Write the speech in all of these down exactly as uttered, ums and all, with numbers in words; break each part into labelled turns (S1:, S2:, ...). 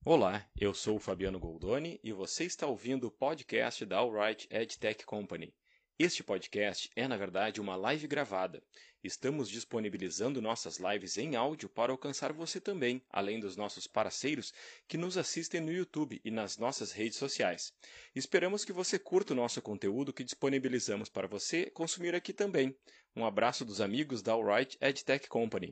S1: Olá, eu sou o Fabiano Goldoni e você está ouvindo o podcast da Alright EdTech Company. Este podcast é, na verdade, uma live gravada. Estamos disponibilizando nossas lives em áudio para alcançar você também, além dos nossos parceiros que nos assistem no YouTube e nas nossas redes sociais. Esperamos que você curta o nosso conteúdo que disponibilizamos para você consumir aqui também. Um abraço dos amigos da Alright EdTech Company.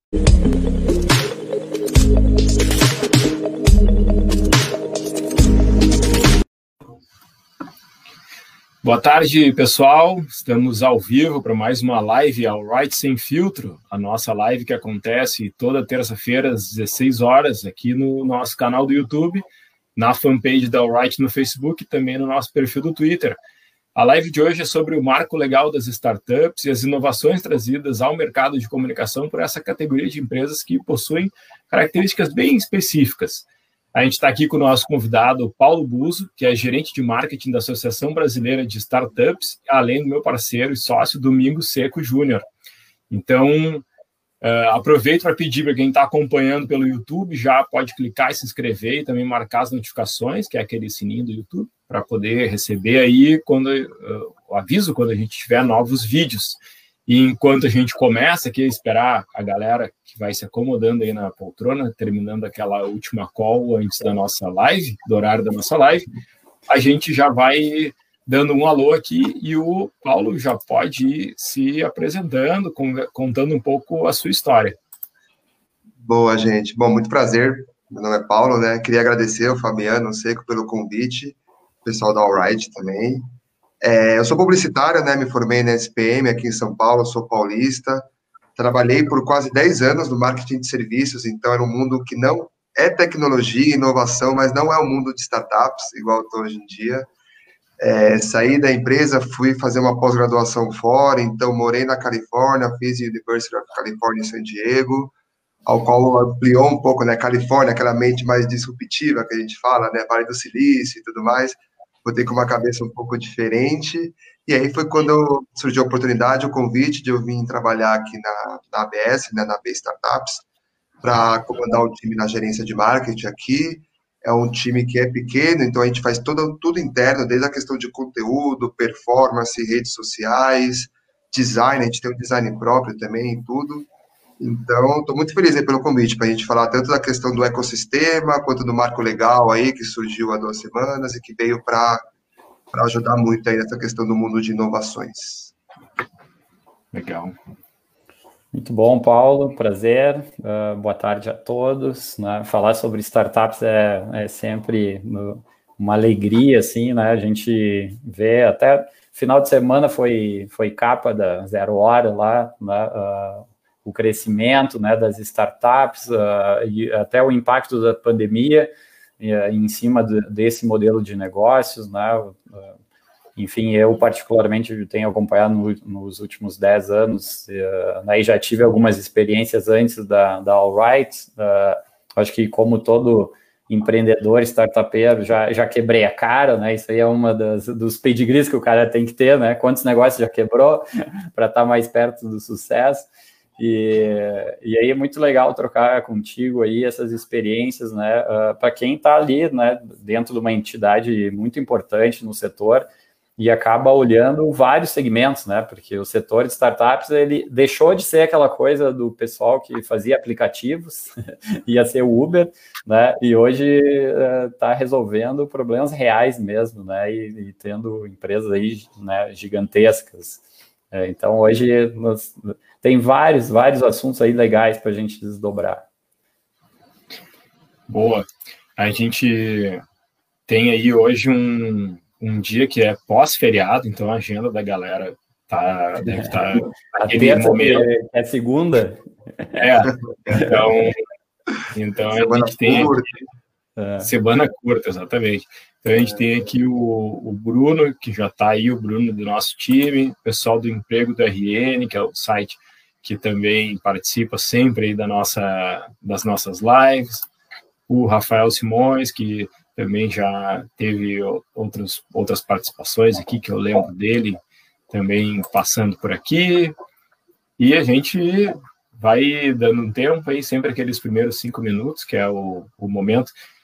S2: Boa tarde, pessoal. Estamos ao vivo para mais uma live Alright Sem Filtro, a nossa live que acontece toda terça-feira às dezesseis horas aqui no nosso canal do YouTube, na fanpage da Alright no Facebook e também no nosso perfil do Twitter. A live de hoje é sobre o marco legal das startups e as inovações trazidas ao mercado de comunicação por essa categoria de empresas que possuem características bem específicas. A gente está aqui com o nosso convidado, Paulo Buso, que é gerente de marketing da Associação Brasileira de Startups, além do meu parceiro e sócio, Domingos Seco Júnior. Então, uh, aproveito para pedir para quem está acompanhando pelo YouTube, já pode clicar e se inscrever e também marcar as notificações, que é aquele sininho do YouTube, para poder receber aí quando, uh, o aviso quando a gente tiver novos vídeos. E enquanto a gente começa aqui a esperar a galera que vai se acomodando aí na poltrona, terminando aquela última call antes da nossa live, do horário da nossa live, a gente já vai dando um alô aqui e o Paulo já pode ir se apresentando, contando um pouco a sua história.
S3: Boa, gente. Bom, muito prazer. Meu nome é Paulo, né? Queria agradecer ao Fabiano Seco pelo convite, o pessoal da Alright também. É, eu sou publicitário, né? Me formei na S P M aqui em São Paulo, sou paulista. Trabalhei por quase dez anos no marketing de serviços, então era um mundo que não é tecnologia e inovação, mas não é um mundo de startups, igual eu estou hoje em dia. É, saí da empresa, fui fazer uma pós-graduação fora, então morei na Califórnia, fiz University of California em San Diego, ao qual ampliou um pouco, né? Califórnia, aquela mente mais disruptiva que a gente fala, né? Vale do Silício e tudo mais. Botei com uma cabeça um pouco diferente, e aí foi quando surgiu a oportunidade, o convite de eu vir trabalhar aqui na, na A B S, né, na A B Startups, para comandar o time na gerência de marketing aqui. É um time que é pequeno, então a gente faz tudo, tudo interno, desde a questão de conteúdo, performance, redes sociais, design, a gente tem um design próprio também, tudo. Então, estou muito feliz aí pelo convite, para a gente falar tanto da questão do ecossistema, quanto do marco legal aí, que surgiu há duas semanas e que veio para ajudar muito aí nessa questão do mundo de inovações.
S2: Legal.
S4: Muito bom, Paulo, prazer. Uh, boa tarde a todos. Né? Falar sobre startups é, é sempre uma alegria, assim, né? A gente vê até final de semana foi, foi capa da Zero Hora lá, né? Uh, o crescimento, né, das startups, uh, e até o impacto da pandemia uh, em cima de, desse modelo de negócios, né, uh, enfim, eu particularmente tenho acompanhado no, nos últimos dez anos, uh, né, e já tive algumas experiências antes da, da Alright, uh, acho que como todo empreendedor, startupeiro, já, já quebrei a cara, né, isso aí é uma das, dos pedigrees que o cara tem que ter, né, quantos negócios já quebrou para estar mais perto do sucesso. E, e aí é muito legal trocar contigo aí essas experiências, né, uh, para quem está ali, né, dentro de uma entidade muito importante no setor e acaba olhando vários segmentos, né, porque o setor de startups, ele deixou de ser aquela coisa do pessoal que fazia aplicativos, ia ser o Uber, né, e hoje está uh, resolvendo problemas reais mesmo, né, e, e tendo empresas aí, né, gigantescas. É, então, hoje nós, tem vários, vários assuntos aí legais para a gente desdobrar.
S2: Boa. A gente tem aí hoje um, um dia que é pós-feriado, então a agenda da galera tá, deve estar... Tá
S4: a terça momento. Que é segunda.
S2: É, então, então a gente tem... Aqui, é. Semana curta, exatamente. Então, a gente tem aqui o, o Bruno, que já está aí, o Bruno do nosso time, o pessoal do Emprego do R N, que é o site que também participa sempre aí da nossa, das nossas lives, o Rafael Simões, que também já teve outros, outras participações aqui, que eu lembro dele, também passando por aqui, e a gente vai dando um tempo aí, sempre aqueles primeiros cinco minutos, que é o, o momento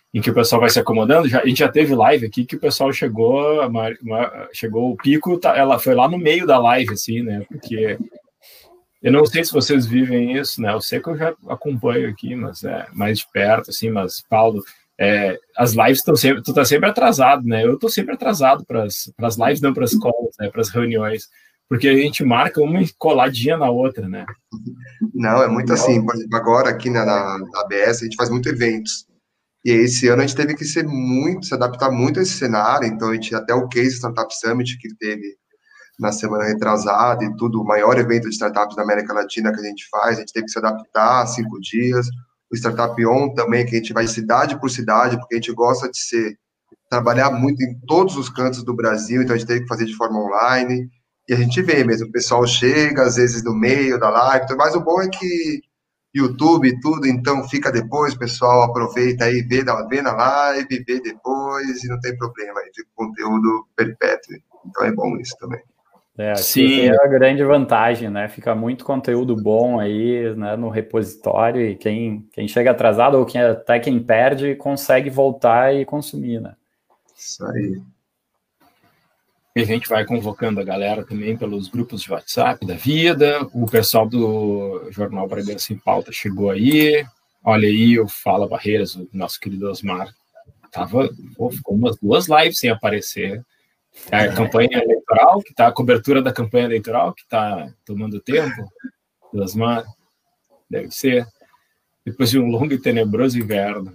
S2: em que o pessoal vai se acomodando. Já, a gente já teve live aqui que o pessoal chegou, uma, uma, chegou o pico, tá, ela foi lá no meio da live, assim, né? Porque eu não sei se vocês vivem isso, né? Eu sei que eu já acompanho aqui, mas é mais de perto, assim, mas, Paulo, é, as lives estão sempre, tu tá sempre atrasado, né? Eu tô sempre atrasado para as lives, não para as calls, né? Para as reuniões, porque a gente marca uma coladinha na outra, né?
S3: Não, é muito assim, por exemplo, agora aqui na, na, na A B S a gente faz muito eventos. E esse ano a gente teve que ser muito, se adaptar muito a esse cenário, então a gente até o Case Startup Summit que teve na semana retrasada e tudo, o maior evento de startups da América Latina que a gente faz, a gente teve que se adaptar a cinco dias. O Startup On também, que a gente vai cidade por cidade, porque a gente gosta de ser, trabalhar muito em todos os cantos do Brasil, então a gente teve que fazer de forma online. E a gente vê mesmo, o pessoal chega, às vezes no meio da live, mas o bom é que YouTube e tudo, então fica depois, o pessoal aproveita aí, vê, vê na live, vê depois, e não tem problema, aí fica conteúdo perpétuo. Então é bom isso também.
S4: É, sim, é a grande vantagem, né? Fica muito conteúdo bom aí, né, no repositório, e quem, quem chega atrasado ou quem, até quem perde consegue voltar e consumir, né?
S3: Isso aí.
S2: E a gente vai convocando a galera também pelos grupos de WhatsApp da vida. O pessoal do Jornal Bragança em Pauta chegou aí. Olha aí o Fala Barreiras, o nosso querido Osmar. Tava, pô, ficou umas duas lives sem aparecer. A campanha eleitoral, que tá, a cobertura da campanha eleitoral, que está tomando tempo, do Osmar, deve ser. Depois de um longo e tenebroso inverno.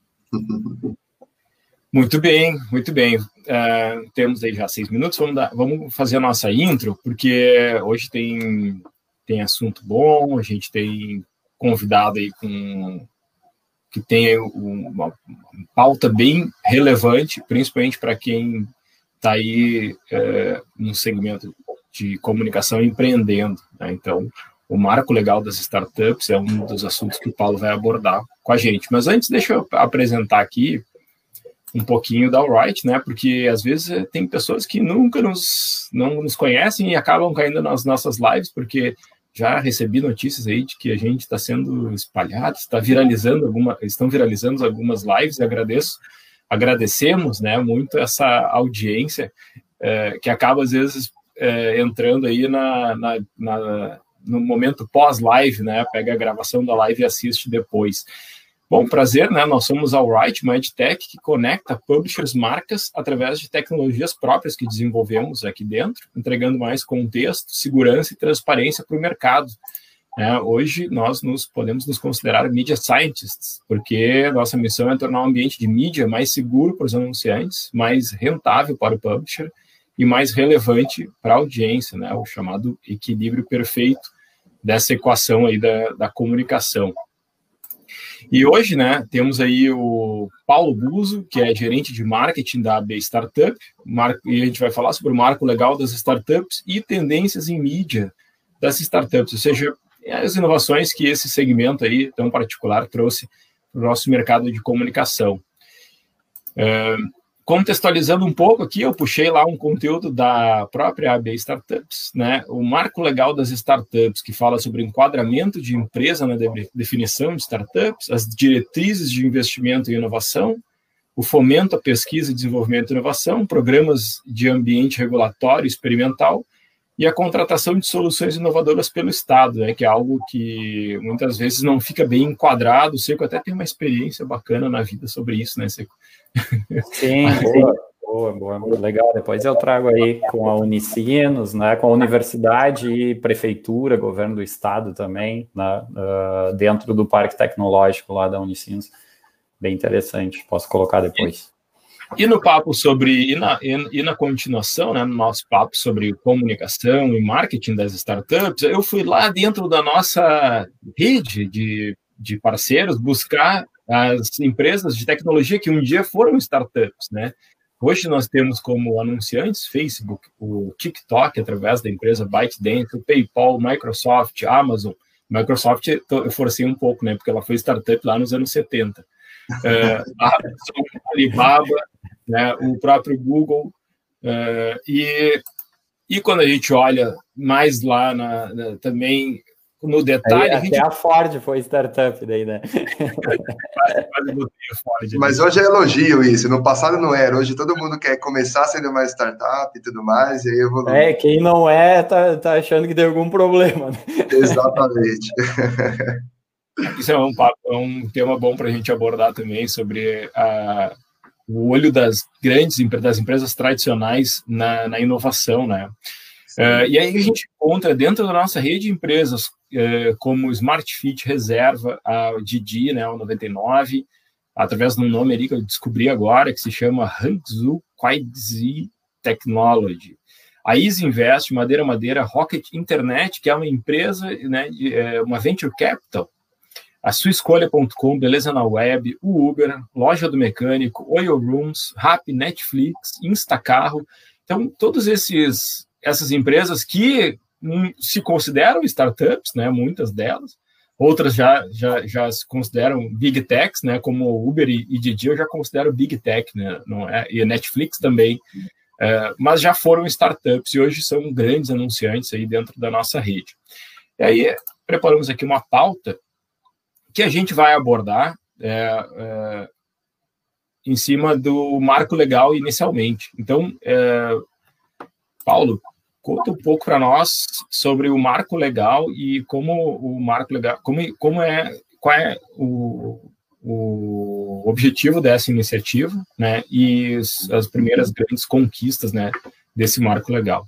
S2: Muito bem, muito bem. Uh, temos aí já seis minutos, vamos, dar, vamos fazer a nossa intro, porque hoje tem, tem assunto bom, a gente tem convidado aí com, que tem uma, uma pauta bem relevante, principalmente para quem está aí uh, no segmento de comunicação empreendendo, né? Então, o marco legal das startups é um dos assuntos que o Paulo vai abordar com a gente. Mas antes, deixa eu apresentar aqui um pouquinho da Allright, né? Porque às vezes tem pessoas que nunca nos, não nos conhecem e acabam caindo nas nossas lives, porque já recebi notícias aí de que a gente está sendo espalhado, está viralizando alguma, estão viralizando algumas lives, e agradeço, agradecemos, né, muito essa audiência é, que acaba às vezes é, entrando aí na, na, na, no momento pós-live, né? Pega a gravação da live e assiste depois. Bom, prazer, né? Nós somos a Allright, uma edtech que conecta publishers, marcas, através de tecnologias próprias que desenvolvemos aqui dentro, entregando mais contexto, segurança e transparência para o mercado. É, hoje, nós nos, podemos nos considerar media scientists, porque nossa missão é tornar o ambiente de mídia mais seguro para os anunciantes, mais rentável para o publisher e mais relevante para a audiência, né? O chamado equilíbrio perfeito dessa equação aí da, da comunicação. E hoje, né, temos aí o Paulo Buso, que é gerente de marketing da A B Startup, e a gente vai falar sobre o marco legal das startups e tendências em mídia das startups, ou seja, as inovações que esse segmento aí tão particular trouxe para o nosso mercado de comunicação. É, contextualizando um pouco aqui, eu puxei lá um conteúdo da própria A B Startups, né? O marco legal das startups, que fala sobre enquadramento de empresa na de- definição de startups, as diretrizes de investimento e inovação, o fomento à pesquisa, desenvolvimento e inovação, programas de ambiente regulatório experimental e a contratação de soluções inovadoras pelo Estado, né? Que é algo que muitas vezes não fica bem enquadrado. O Seco até tem uma experiência bacana na vida sobre isso, né, Seco?
S4: Sim, boa, boa, boa, legal. Depois eu trago aí com a Unicinos, né, com a universidade e prefeitura, governo do estado também, né, uh, dentro do parque tecnológico lá da Unicinos. Bem interessante, posso colocar depois.
S2: E no papo sobre, e na, e na continuação, né, no nosso papo sobre comunicação e marketing das startups, eu fui lá dentro da nossa rede de, de parceiros buscar as empresas de tecnologia que um dia foram startups, né? Hoje nós temos como anunciantes Facebook, o TikTok, através da empresa ByteDance, o PayPal, Microsoft, Amazon. Microsoft eu forcei um pouco, né? Porque ela foi startup lá nos anos setenta. Uh, a Alibaba, né, o próprio Google, uh, e, e quando a gente olha mais lá na, na, também no detalhe...
S4: Aí,
S2: a gente...
S4: Até a Ford foi startup daí, né?
S2: quase, quase botei a Ford.
S3: Mas hoje é elogio isso, no passado não era, hoje todo mundo quer começar sendo uma startup e tudo mais, e aí evolui.
S4: É, quem não é, tá, tá achando que tem algum problema, né?
S3: Exatamente.
S2: Isso é um, papo, é um tema bom para a gente abordar também, sobre a, o olho das grandes das empresas tradicionais na, na inovação, né? Uh, e aí a gente encontra dentro da nossa rede de empresas uh, como Smart Fit Reserva, a Didi, né, o noventa e nove, através de um nome ali que eu descobri agora, que se chama Hangzhou Quaizi Technology. A Easy Invest, Madeira Madeira, Rocket Internet, que é uma empresa, né, de, é, uma venture capital, a sua escolha ponto com, Beleza na Web, o Uber, Loja do Mecânico, Oil Rooms, Rappi, Netflix, Instacarro. Então, todos esses essas empresas que hum, se consideram startups, né, muitas delas, outras já, já, já se consideram big techs, né, como Uber e, e Didi, eu já considero big tech, né, não é? E a Netflix também, é, mas já foram startups e hoje são grandes anunciantes aí dentro da nossa rede. E aí, preparamos aqui uma pauta que a gente vai abordar é, é, em cima do marco legal inicialmente. Então, é, Paulo, conta um pouco para nós sobre o marco legal e como o marco legal, como, como é, qual é o, o objetivo dessa iniciativa, né, e as primeiras grandes conquistas, né, desse marco legal.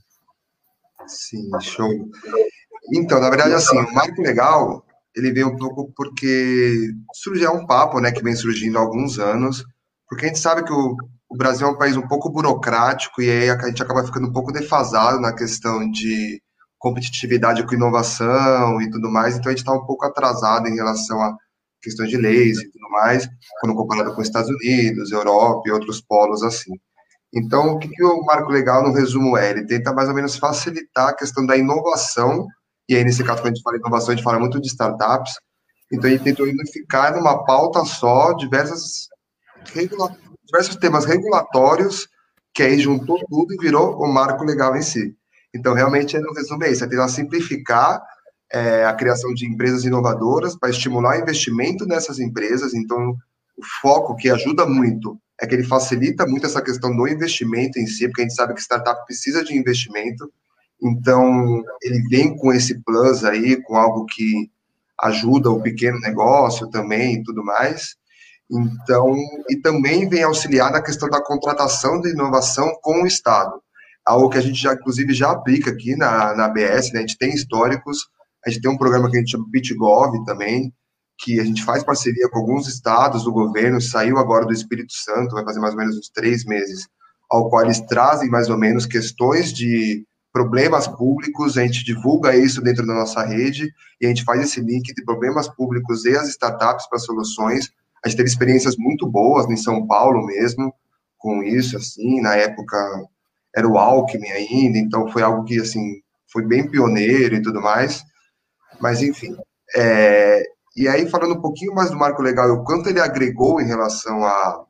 S3: Sim, show. Então, na verdade, assim, o marco legal, ele veio um pouco porque surgiu um papo, né, que vem surgindo há alguns anos, porque a gente sabe que o O Brasil é um país um pouco burocrático e aí a gente acaba ficando um pouco defasado na questão de competitividade com inovação e tudo mais, então a gente está um pouco atrasado em relação a questões de leis e tudo mais, quando comparado com os Estados Unidos, Europa e outros polos assim. Então, o que, que o Marco Legal, no resumo, é? Ele tenta mais ou menos facilitar a questão da inovação, e aí nesse caso, quando a gente fala inovação, a gente fala muito de startups, então ele tentou unificar numa pauta só diversas regulações, diversos temas regulatórios, que aí juntou tudo e virou o marco legal em si. Então, realmente, no resumo é isso, é tentar simplificar é, a criação de empresas inovadoras para estimular o investimento nessas empresas. Então, o foco que ajuda muito é que ele facilita muito essa questão do investimento em si, porque a gente sabe que startup precisa de investimento. Então, ele vem com esse plus aí, com algo que ajuda o pequeno negócio também e tudo mais. Então, e também vem auxiliar na questão da contratação de inovação com o Estado, algo que a gente já, inclusive, já aplica aqui na, na A B S, né? A gente tem históricos, a gente tem um programa que a gente chama PitGov também, que a gente faz parceria com alguns estados do governo, saiu agora do Espírito Santo, vai fazer mais ou menos uns três meses, ao qual eles trazem mais ou menos questões de problemas públicos, a gente divulga isso dentro da nossa rede, e a gente faz esse link de problemas públicos e as startups para soluções. A gente teve experiências muito boas em São Paulo mesmo, com isso, assim, na época era o Alckmin ainda, então foi algo que, assim, foi bem pioneiro e tudo mais, mas, enfim. É, e aí, falando um pouquinho mais do marco legal, o quanto ele agregou em relação à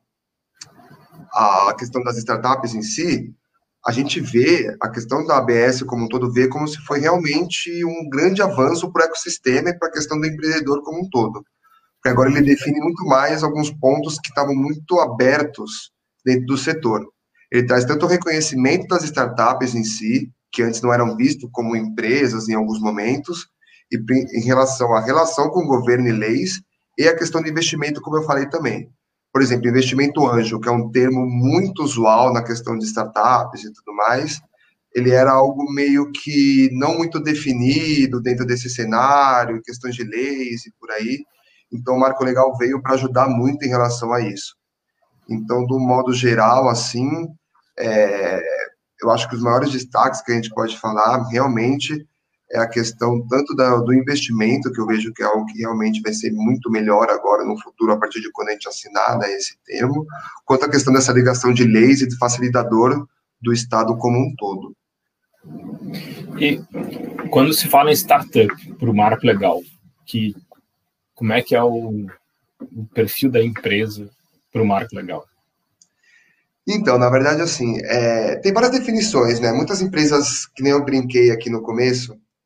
S3: a, a questão das startups em si, a gente vê a questão da A B S como um todo, vê como se foi realmente um grande avanço para o ecossistema e para a questão do empreendedor como um todo. Porque agora ele define muito mais alguns pontos que estavam muito abertos dentro do setor. Ele traz tanto o reconhecimento das startups em si, que antes não eram vistos como empresas em alguns momentos, e em relação à relação com o governo e leis, e a questão de investimento, como eu falei também. Por exemplo, investimento anjo, que é um termo muito usual na questão de startups e tudo mais, ele era algo meio que não muito definido dentro desse cenário, questões de leis e por aí. Então, o Marco Legal veio para ajudar muito em relação a isso. Então, do modo geral, assim, é, eu acho que os maiores destaques que a gente pode falar, realmente, é a questão tanto da, do investimento, que eu vejo que é algo que realmente vai ser muito melhor agora no futuro, a partir de quando a gente assinar, né, esse termo, quanto a questão dessa ligação de leis e de facilitador do Estado como um todo.
S2: E quando se fala em startup, para o Marco Legal, que como é que é o, o perfil da empresa para o Marco Legal?
S3: Então, na verdade, assim, é, tem várias definições, né? Muitas empresas, que nem eu brinquei aqui no começo,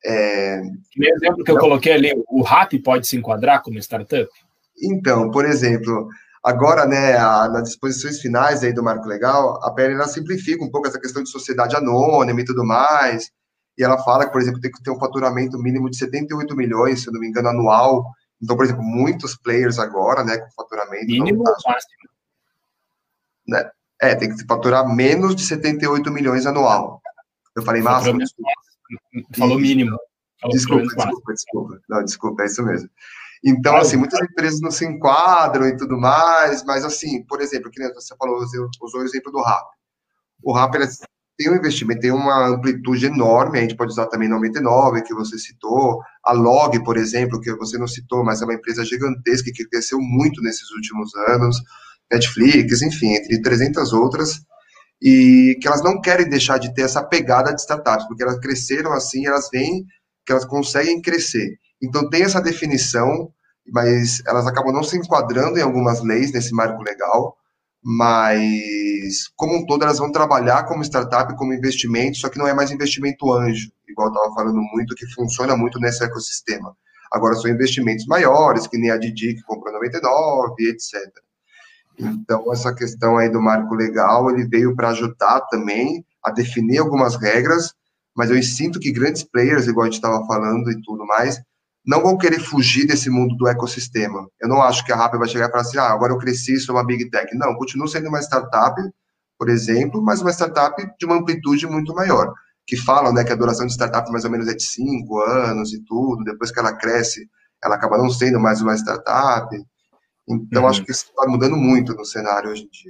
S3: É...
S2: O exemplo que eu coloquei ali, o Rappi pode se enquadrar como startup?
S3: Então, por exemplo, agora, né, a, nas disposições finais aí do Marco Legal, a P L ela simplifica um pouco essa questão de sociedade anônima e tudo mais, e ela fala que, por exemplo, tem que ter um faturamento mínimo de setenta e oito milhões, se eu não me engano, anual. Então, por exemplo, muitos players agora, né, com faturamento...
S2: Mínimo ou máximo?
S3: Né? É, tem que faturar menos de setenta e oito milhões anual. Eu falei máximo? Desculpa.
S2: Falou mínimo. Falou
S3: desculpa, desculpa, desculpa. Não, desculpa, é isso mesmo. Então, claro, assim, muitas empresas não se enquadram e tudo mais, mas, assim, por exemplo, que você falou, você usou o exemplo do Rappi. O Rappi, ele tem um investimento, tem uma amplitude enorme, a gente pode usar também noventa e nove, que você citou, a Log, por exemplo, que você não citou, mas é uma empresa gigantesca que cresceu muito nesses últimos anos, Netflix, enfim, entre trezentas outras, e que elas não querem deixar de ter essa pegada de startups, porque elas cresceram assim, elas veem que elas conseguem crescer. Então, tem essa definição, mas elas acabam não se enquadrando em algumas leis nesse marco legal, mas, como um todo, elas vão trabalhar como startup, como investimento, só que não é mais investimento anjo, igual eu estava falando muito, que funciona muito nesse ecossistema. Agora, são investimentos maiores, que nem a Didi, que comprou noventa e nove, etcétera. Então, essa questão aí do marco legal, ele veio para ajudar também a definir algumas regras, mas eu sinto que grandes players, igual a gente estava falando e tudo mais, não vão querer fugir desse mundo do ecossistema. Eu não acho que a Rappi vai chegar e falar assim, ah, agora eu cresci, sou uma big tech. Não, continua sendo uma startup, por exemplo, mas uma startup de uma amplitude muito maior. Que falam, né, que a duração de startup mais ou menos é de cinco anos e tudo, depois que ela cresce, ela acaba não sendo mais uma startup. Então, uhum. acho que isso está mudando muito no cenário hoje em dia.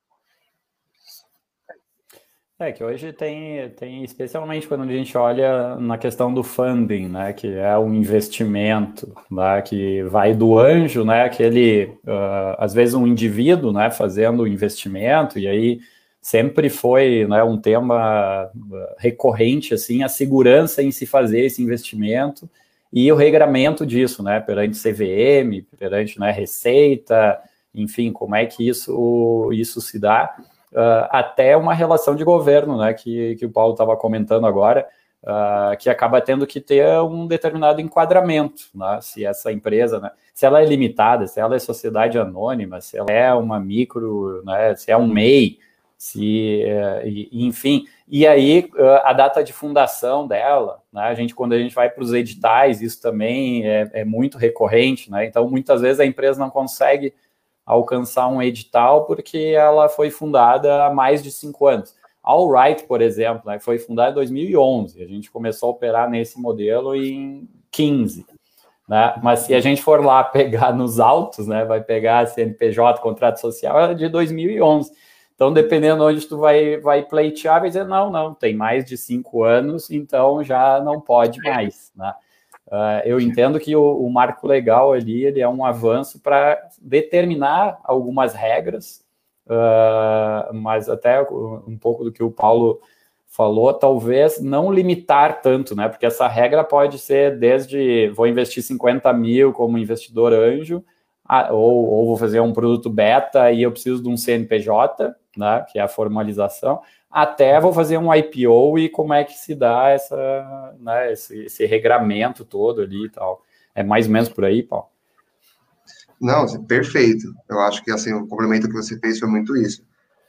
S4: É que hoje tem, tem, especialmente quando a gente olha na questão do funding, né, que é um investimento, né, que vai do anjo, né, aquele, uh, às vezes um indivíduo, né, fazendo o investimento, e aí sempre foi, né, um tema recorrente, assim, a segurança em se fazer esse investimento e o regramento disso, né, perante C V M, perante, né, Receita, enfim, como é que isso, isso se dá. Uh, até uma relação de governo, né, que, que o Paulo estava comentando agora, uh, que acaba tendo que ter um determinado enquadramento, né, se essa empresa, né, se ela é limitada, se ela é sociedade anônima, se ela é uma micro, né, se é um M E I, se, uh, e, enfim, e aí uh, a data de fundação dela, né, a gente, quando a gente vai para os editais, isso também é, é muito recorrente, né, então muitas vezes a empresa não consegue alcançar um edital porque ela foi fundada há mais de cinco anos. A Allright, por exemplo, né, foi fundada em dois mil e onze, a gente começou a operar nesse modelo em quinze, né? Mas se a gente for lá pegar nos autos, né, vai pegar C N P J, contrato social, é de dois mil e onze. Então, dependendo onde tu vai, vai pleitear, vai dizer, não, não, tem mais de cinco anos, então já não pode mais, né? Uh, eu entendo que o, o marco legal ali, ele é um avanço para determinar algumas regras, uh, mas até um pouco do que o Paulo falou, talvez não limitar tanto, né? Porque essa regra pode ser desde vou investir cinquenta mil como investidor anjo, a, ou, ou vou fazer um produto beta e eu preciso de um C N P J, né? Que é a formalização, até vou fazer um I P O e como é que se dá essa, né, esse, esse regramento todo ali e tal. É mais ou menos por aí, Paulo?
S3: Não, perfeito. Eu acho que assim, o complemento que você fez foi muito isso.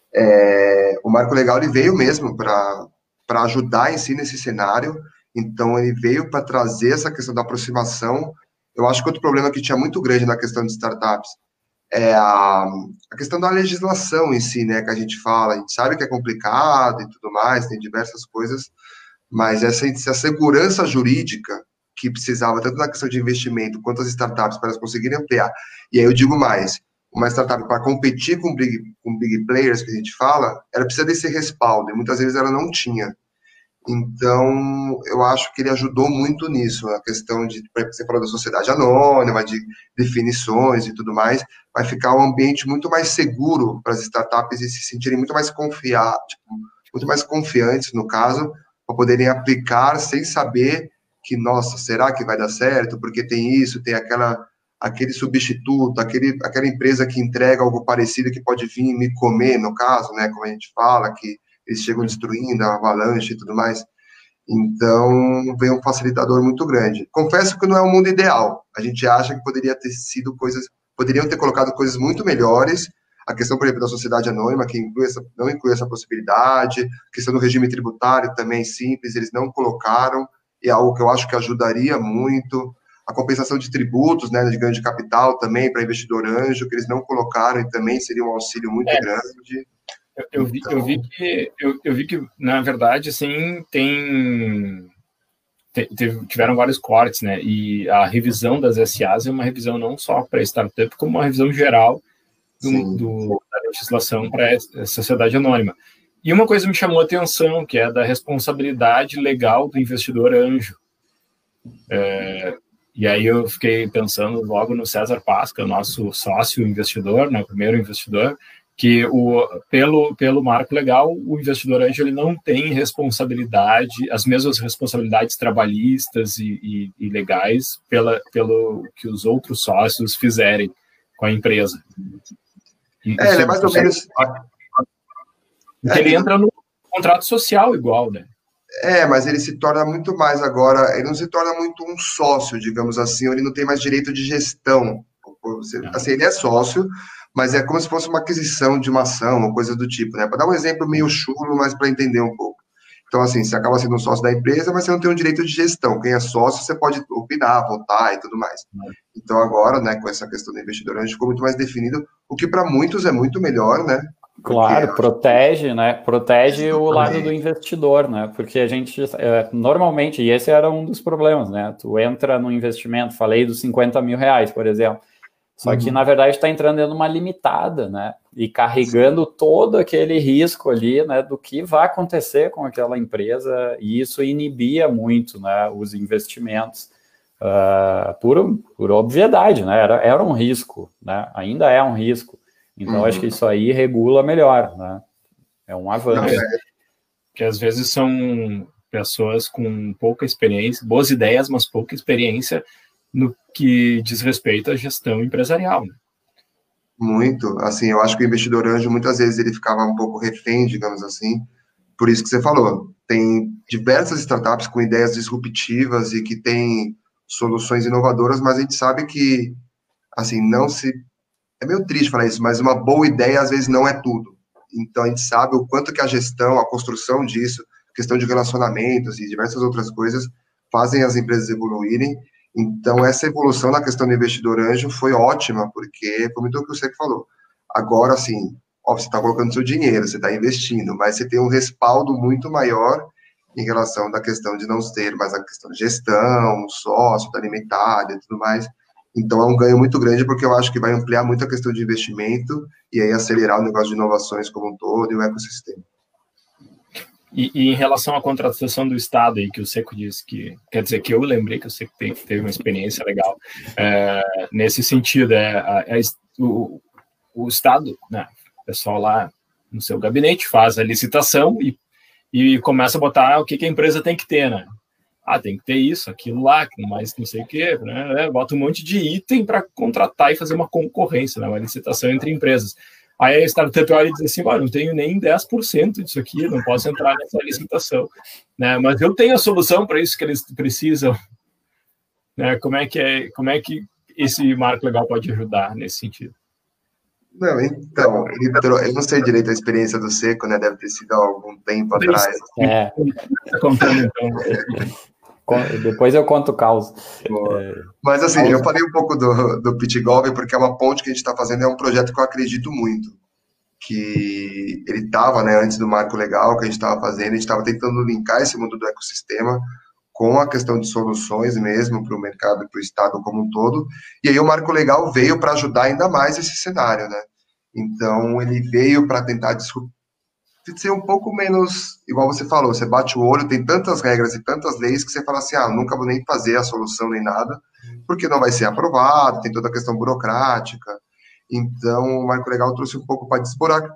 S3: É, o marco legal ele veio mesmo para para ajudar em si nesse cenário, então ele veio para trazer essa questão da aproximação. Eu acho que outro problema que tinha muito grande na questão de startups é a, a questão da legislação em si, né, que a gente fala, a gente sabe que é complicado e tudo mais, tem diversas coisas, mas essa, essa segurança jurídica que precisava, tanto na questão de investimento, quanto as startups, para elas conseguirem ampliar. E aí eu digo mais, uma startup para competir com big, com big players, que a gente fala, ela precisa desse respaldo, e muitas vezes ela não tinha. Então, eu acho que ele ajudou muito nisso, a questão de, você falou da sociedade anônima, de definições e tudo mais, vai ficar um ambiente muito mais seguro para as startups e se sentirem muito mais confiar, tipo, muito mais confiantes, no caso, para poderem aplicar sem saber que, nossa, será que vai dar certo? Porque tem isso, tem aquela, aquele substituto, aquele, aquela empresa que entrega algo parecido que pode vir me comer, no caso, né, como a gente fala, que eles chegam destruindo a avalanche e tudo mais. Então, vem um facilitador muito grande. Confesso que não é o mundo ideal. A gente acha que poderia ter sido coisas, poderiam ter colocado coisas muito melhores. A questão, por exemplo, da sociedade anônima, que inclui essa, não inclui essa possibilidade. A questão do regime tributário também simples, eles não colocaram. É algo que eu acho que ajudaria muito. A compensação de tributos, né, de ganho de capital também para investidor anjo, que eles não colocaram e também seria um auxílio muito é. grande.
S2: Eu, eu, vi, então... eu, vi que, eu, eu vi que, na verdade, assim, tem, teve, tiveram vários cortes, né, e a revisão das S As é uma revisão não só para startup, como uma revisão geral do, do, da legislação para a sociedade anônima. E uma coisa me chamou a atenção, que é da responsabilidade legal do investidor anjo. É, e aí eu fiquei pensando logo no César Pasca, nosso sócio investidor, né, o primeiro investidor, que o, pelo, pelo marco legal, o investidor anjo ele não tem responsabilidade, as mesmas responsabilidades trabalhistas e, e, e legais pela, pelo que os outros sócios fizerem com a empresa.
S3: E, é, ele é mais ou menos...
S2: Porque ele entra no contrato social igual, né?
S3: É, mas ele se torna muito mais agora, ele não se torna muito um sócio, digamos assim, ou ele não tem mais direito de gestão. Assim, ele é sócio, mas é como se fosse uma aquisição de uma ação, ou coisa do tipo, né? Para dar um exemplo meio chulo, mas para entender um pouco. Então, assim, você acaba sendo um sócio da empresa, mas você não tem um direito de gestão. Quem é sócio, você pode opinar, votar e tudo mais. Então, agora, né, com essa questão do investidor anjo, ficou muito mais definido, o que para muitos é muito melhor, né?
S4: Claro, protege, né? Protege o lado do investidor, né? Porque a gente, é, normalmente, e esse era um dos problemas, né? Tu entra no investimento, falei dos cinquenta mil reais, por exemplo, só que, uhum. na verdade, está entrando dentro de uma limitada, né? E carregando Sim. todo aquele risco ali, né? Do que vai acontecer com aquela empresa, e isso inibia muito, né? Os investimentos, uh, por, por obviedade, né? Era, era um risco, né? Ainda é um risco. Então, uhum. acho que isso aí regula melhor, né? É um avanço.
S2: Não, é, que às vezes são pessoas com pouca experiência, boas ideias, mas pouca experiência no que diz respeito à gestão empresarial, né?
S3: Muito. Assim, eu acho que o investidor anjo, muitas vezes, ele ficava um pouco refém, digamos assim, por isso que você falou. Tem diversas startups com ideias disruptivas e que têm soluções inovadoras, mas a gente sabe que, assim, não se... É meio triste falar isso, mas uma boa ideia, às vezes, não é tudo. Então, a gente sabe o quanto que a gestão, a construção disso, questão de relacionamentos e diversas outras coisas, fazem as empresas evoluírem. Então, essa evolução na questão do investidor anjo foi ótima, porque foi muito o que você falou. Agora, assim, ó, você está colocando seu dinheiro, você está investindo, mas você tem um respaldo muito maior em relação da questão de não ter mais a questão de gestão, sócio, da limitada e tudo mais. Então, é um ganho muito grande, porque eu acho que vai ampliar muito a questão de investimento e aí acelerar o negócio de inovações como um todo e o ecossistema.
S2: E, e em relação à contratação do Estado, aí, que o Seco disse que, quer dizer, que eu lembrei que o Seco teve, teve uma experiência legal, é, nesse sentido, é, é, é o, o Estado, né, o pessoal lá no seu gabinete faz a licitação e, e começa a botar o que, que a empresa tem que ter, né? Ah, tem que ter isso, aquilo lá, mais não sei o quê, né? Bota um monte de item para contratar e fazer uma concorrência, né? Uma licitação entre empresas. Aí a startup olha e diz assim, não tenho nem dez por cento disso aqui, não posso entrar nessa licitação, né? Mas eu tenho a solução para isso que eles precisam, né? Como é que é, como é que esse marco legal pode ajudar nesse sentido?
S3: Não, então, ele trou- eu não sei direito a experiência do Seco, né? Deve ter sido há algum tempo atrás.
S4: É.
S2: Tá contando, então.
S4: Depois eu conto o caos.
S3: É. Mas assim, eu falei um pouco do, do Pitgolf, porque é uma ponte que a gente está fazendo, é um projeto que eu acredito muito, que ele estava, né, antes do marco legal que a gente estava fazendo, a gente estava tentando linkar esse mundo do ecossistema com a questão de soluções mesmo para o mercado e para o Estado como um todo, e aí o marco legal veio para ajudar ainda mais esse cenário, né? Então ele veio para tentar discutir ser um pouco menos, igual você falou, você bate o olho, tem tantas regras e tantas leis que você fala assim, ah, nunca vou nem fazer a solução nem nada, porque não vai ser aprovado, tem toda a questão burocrática. Então, o Marco Legal trouxe um pouco para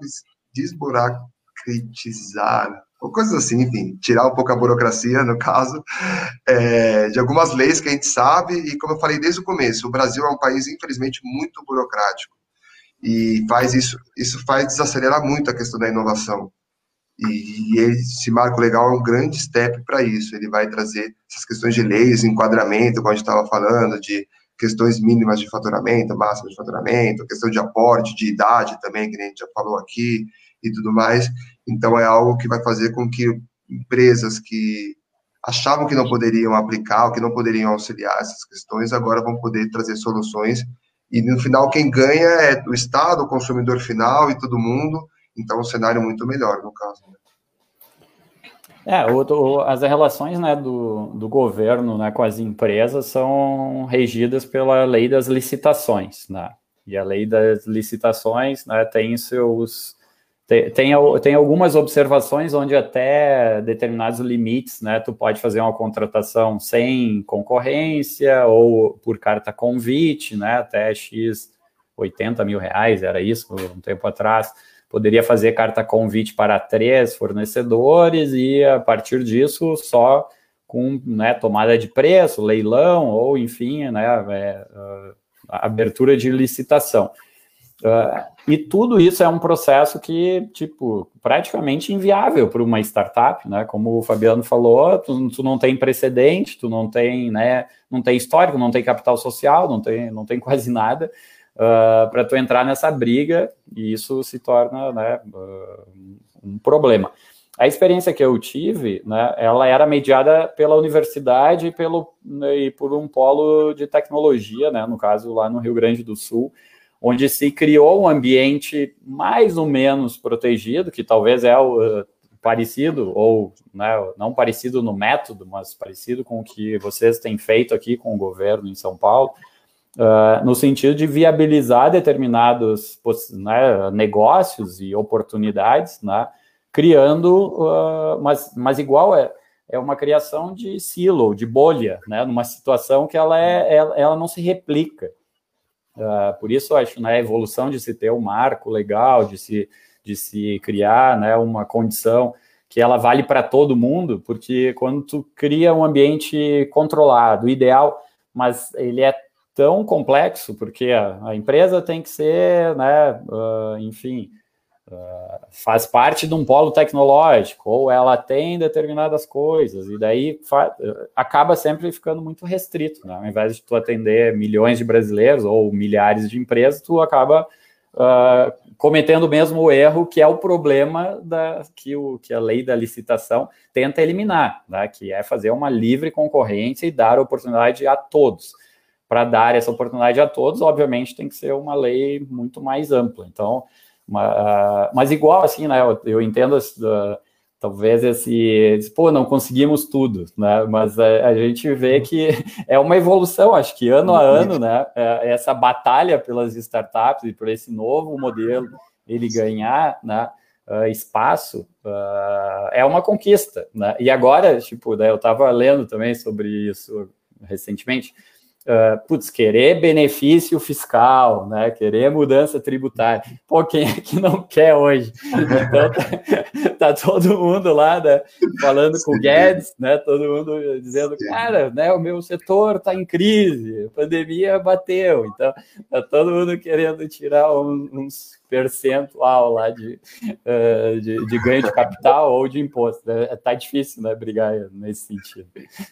S3: desburocratizar, ou coisas assim, enfim, tirar um pouco a burocracia, no caso, é, de algumas leis que a gente sabe, e como eu falei desde o começo, o Brasil é um país, infelizmente, muito burocrático, e faz isso, isso faz desacelerar muito a questão da inovação. E, e esse marco legal é um grande step para isso. Ele vai trazer essas questões de leis, enquadramento, como a gente estava falando, de questões mínimas de faturamento, máximas de faturamento, questão de aporte, de idade também, que a gente já falou aqui, e tudo mais. Então, é algo que vai fazer com que empresas que achavam que não poderiam aplicar, ou que não poderiam auxiliar essas questões, agora vão poder trazer soluções. E, no final, quem ganha é o Estado, o consumidor final e todo mundo. Então, um cenário muito melhor, no caso.
S4: É, o, o, as relações, né, do, do governo, né, com as empresas são regidas pela lei das licitações, né? E a lei das licitações, né, tem seus... Tem, tem, tem algumas observações onde até determinados limites, né, tu pode fazer uma contratação sem concorrência ou por carta convite, né, até X oitenta mil reais, era isso um tempo atrás. Poderia fazer carta convite para três fornecedores e, a partir disso, só com, né, tomada de preço, leilão ou, enfim, né, é, a abertura de licitação. Uh, e tudo isso é um processo que, tipo, praticamente inviável para uma startup, né? Como o Fabiano falou, tu, tu não tem precedente, tu não tem, né, não tem histórico, não tem capital social, não tem, não tem quase nada. Uh, para tu entrar nessa briga, e isso se torna, né, uh, um problema. A experiência que eu tive, né, ela era mediada pela universidade e, pelo, e por um polo de tecnologia, né, no caso lá no Rio Grande do Sul, onde se criou um ambiente mais ou menos protegido, que talvez é o, uh, parecido, ou, né, não parecido no método, mas parecido com o que vocês têm feito aqui com o governo em São Paulo, Uh, no sentido de viabilizar determinados, né, negócios e oportunidades, né, criando, uh, mas, mas igual é, é uma criação de silo, de bolha, né, numa situação que ela, é, ela, ela não se replica. Uh, por isso, eu acho, né, a evolução de se ter um marco legal, de se, de se criar, né, uma condição que ela vale para todo mundo, porque quando tu cria um ambiente controlado, ideal, mas ele é tão complexo, porque a, a empresa tem que ser, né, uh, enfim, uh, faz parte de um polo tecnológico, ou ela tem determinadas coisas, e daí uh, acaba sempre ficando muito restrito, né? Ao invés de tu atender milhões de brasileiros ou milhares de empresas, tu acaba uh, cometendo o mesmo erro, que é o problema da, que, o, que a lei da licitação tenta eliminar, né? Que é fazer uma livre concorrência e dar oportunidade a todos. Para dar essa oportunidade a todos, obviamente, tem que ser uma lei muito mais ampla. Então, uma, uh, mas igual, assim, né, eu, eu entendo, uh, talvez esse, pô, não conseguimos tudo, né, mas a, a gente vê que é uma evolução, acho que ano a ano, né, essa batalha pelas startups e por esse novo modelo, ele ganhar, né, uh, espaço, uh, é uma conquista, né, e agora, tipo, né, eu estava lendo também sobre isso recentemente. Uh, putz, querer benefício fiscal, né? Querer mudança tributária. Pô, quem é que não quer hoje? Então, tá, tá todo mundo lá, né, falando Sim. com o Guedes, né? Todo mundo dizendo, Sim. cara, né, o meu setor tá em crise, a pandemia bateu. Então, tá todo mundo querendo tirar um, uns percentual lá de, uh, de, de ganho de capital ou de imposto. É, tá difícil, né, brigar nesse sentido.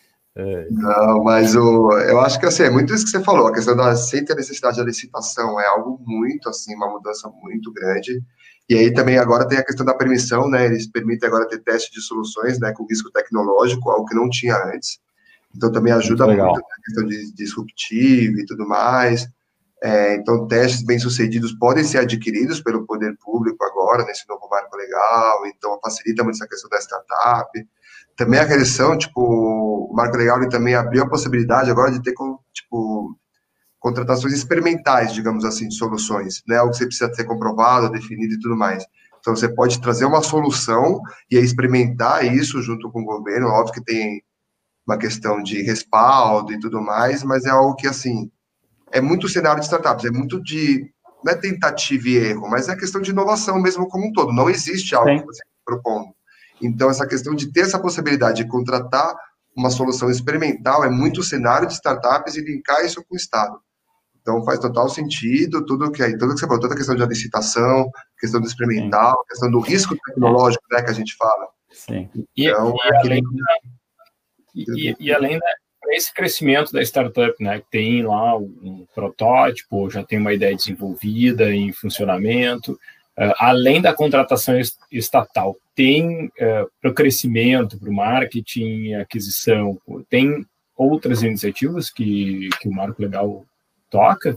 S4: É.
S3: Não, mas o, eu acho que assim, é muito isso que você falou, a questão da aceita a necessidade da licitação é algo muito, assim, uma mudança muito grande, e aí também agora tem a questão da permissão, né, eles permitem agora ter teste de soluções, né, com risco tecnológico, algo que não tinha antes, então também ajuda muito, muito na questão de disruptivo e tudo mais, é, então testes bem-sucedidos podem ser adquiridos pelo poder público agora, nesse novo marco legal, então facilita muito essa questão da startup. Também a questão, tipo, o Marco Legal ele também abriu a possibilidade agora de ter, tipo, contratações experimentais, digamos assim, de soluções, né? O que você precisa ter comprovado, definido e tudo mais. Então, você pode trazer uma solução e aí experimentar isso junto com o governo. Óbvio que tem uma questão de respaldo e tudo mais, mas é algo que, assim, é muito cenário de startups, é muito de, não é tentativa e erro, mas é questão de inovação mesmo como um todo. Não existe algo Sim. que você está propondo. Então, essa questão de ter essa possibilidade de contratar uma solução experimental é muito cenário de startups e linkar isso com o Estado. Então faz total sentido tudo que, tudo que você falou, toda a questão de licitação, questão do experimental, Sim. questão do risco tecnológico, né, que a gente fala.
S2: Sim. Então, e, e, além, e, e além desse crescimento da startup, né, que tem lá um protótipo, já tem uma ideia desenvolvida em funcionamento, uh, além da contratação estatal, tem uh, para o crescimento, para o marketing, aquisição, tem outras iniciativas que, que o Marco Legal toca?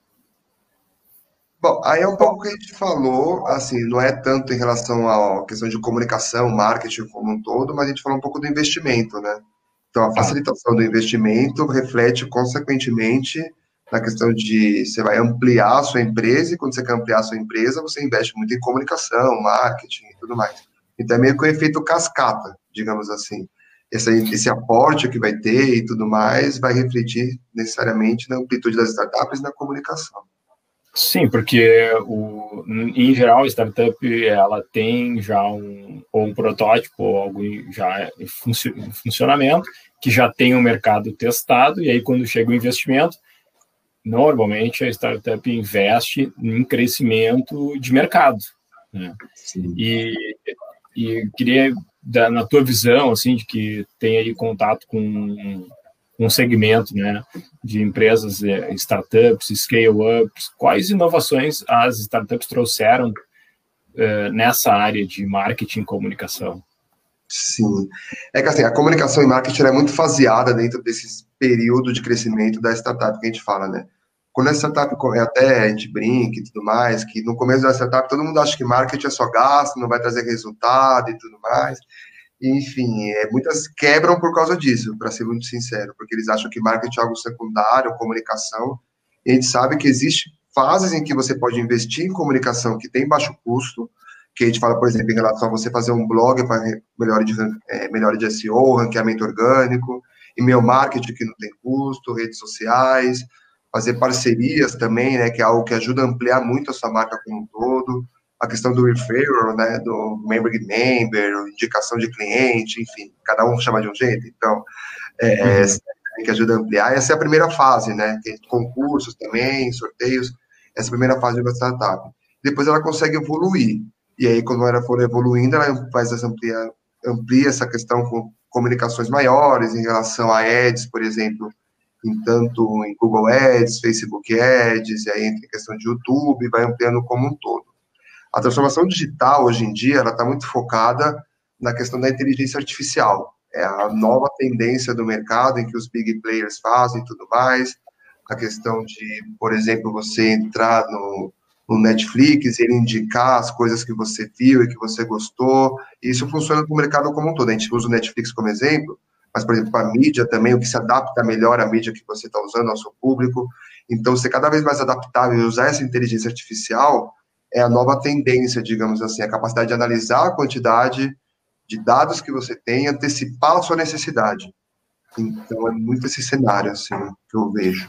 S3: Bom, aí é um pouco o que a gente falou, assim, não é tanto em relação à questão de comunicação, marketing como um todo, mas a gente falou um pouco do investimento, né? Então, a facilitação do investimento reflete, consequentemente, na questão de você vai ampliar a sua empresa, e quando você quer ampliar a sua empresa, você investe muito em comunicação, marketing e tudo mais. Então, é meio que o efeito cascata, digamos assim. Esse, esse aporte que vai ter e tudo mais vai refletir necessariamente na amplitude das startups e na comunicação.
S2: Sim, porque o, em geral a startup ela tem já um, ou um protótipo ou algo já em, funci, em funcionamento, que já tem um mercado testado, e aí quando chega o investimento, normalmente a startup investe em crescimento de mercado, né? E, e queria, na tua visão, assim, de que tem aí contato com um segmento, né, de empresas, startups, scale-ups, quais inovações as startups trouxeram uh, nessa área de marketing e comunicação?
S3: Sim. É que assim, a comunicação e marketing é muito faseada dentro desse período de crescimento da startup que a gente fala, né? Quando a startup, até a gente brinca e tudo mais, que no começo da startup todo mundo acha que marketing é só gasto, não vai trazer resultado e tudo mais. Enfim, é, muitas quebram por causa disso, para ser muito sincero, porque eles acham que marketing é algo secundário, comunicação, e a gente sabe que existe fases em que você pode investir em comunicação que tem baixo custo, que a gente fala, por exemplo, em relação a você fazer um blog para melhora de, é, melhora de S E O, ranqueamento orgânico, e-mail marketing que não tem custo, redes sociais, fazer parcerias também, né, que é algo que ajuda a ampliar muito a sua marca como um todo, a questão do referral, né, do member get member, indicação de cliente, enfim, cada um chama de um jeito, então, é, uhum. que ajuda a ampliar. Essa é a primeira fase, né, tem concursos também, sorteios, essa é a primeira fase de uma startup. Depois ela consegue evoluir, e aí quando ela for evoluindo, ela faz essa amplia, amplia essa questão com comunicações maiores em relação a ads, por exemplo, em tanto em Google Ads, Facebook Ads, e aí entra em questão de YouTube, vai ampliando como um todo. A transformação digital, hoje em dia, ela está muito focada na questão da inteligência artificial. É a nova tendência do mercado em que os big players fazem e tudo mais. A questão de, por exemplo, você entrar no, no Netflix e ele indicar as coisas que você viu e que você gostou. E isso funciona para o mercado como um todo. A gente usa o Netflix como exemplo, mas, por exemplo, para a mídia também, o que se adapta melhor à mídia que você está usando, ao seu público. Então, ser cada vez mais adaptável e usar essa inteligência artificial é a nova tendência, digamos assim, a capacidade de analisar a quantidade de dados que você tem e antecipar a sua necessidade. Então, é muito esse cenário, assim, que eu vejo.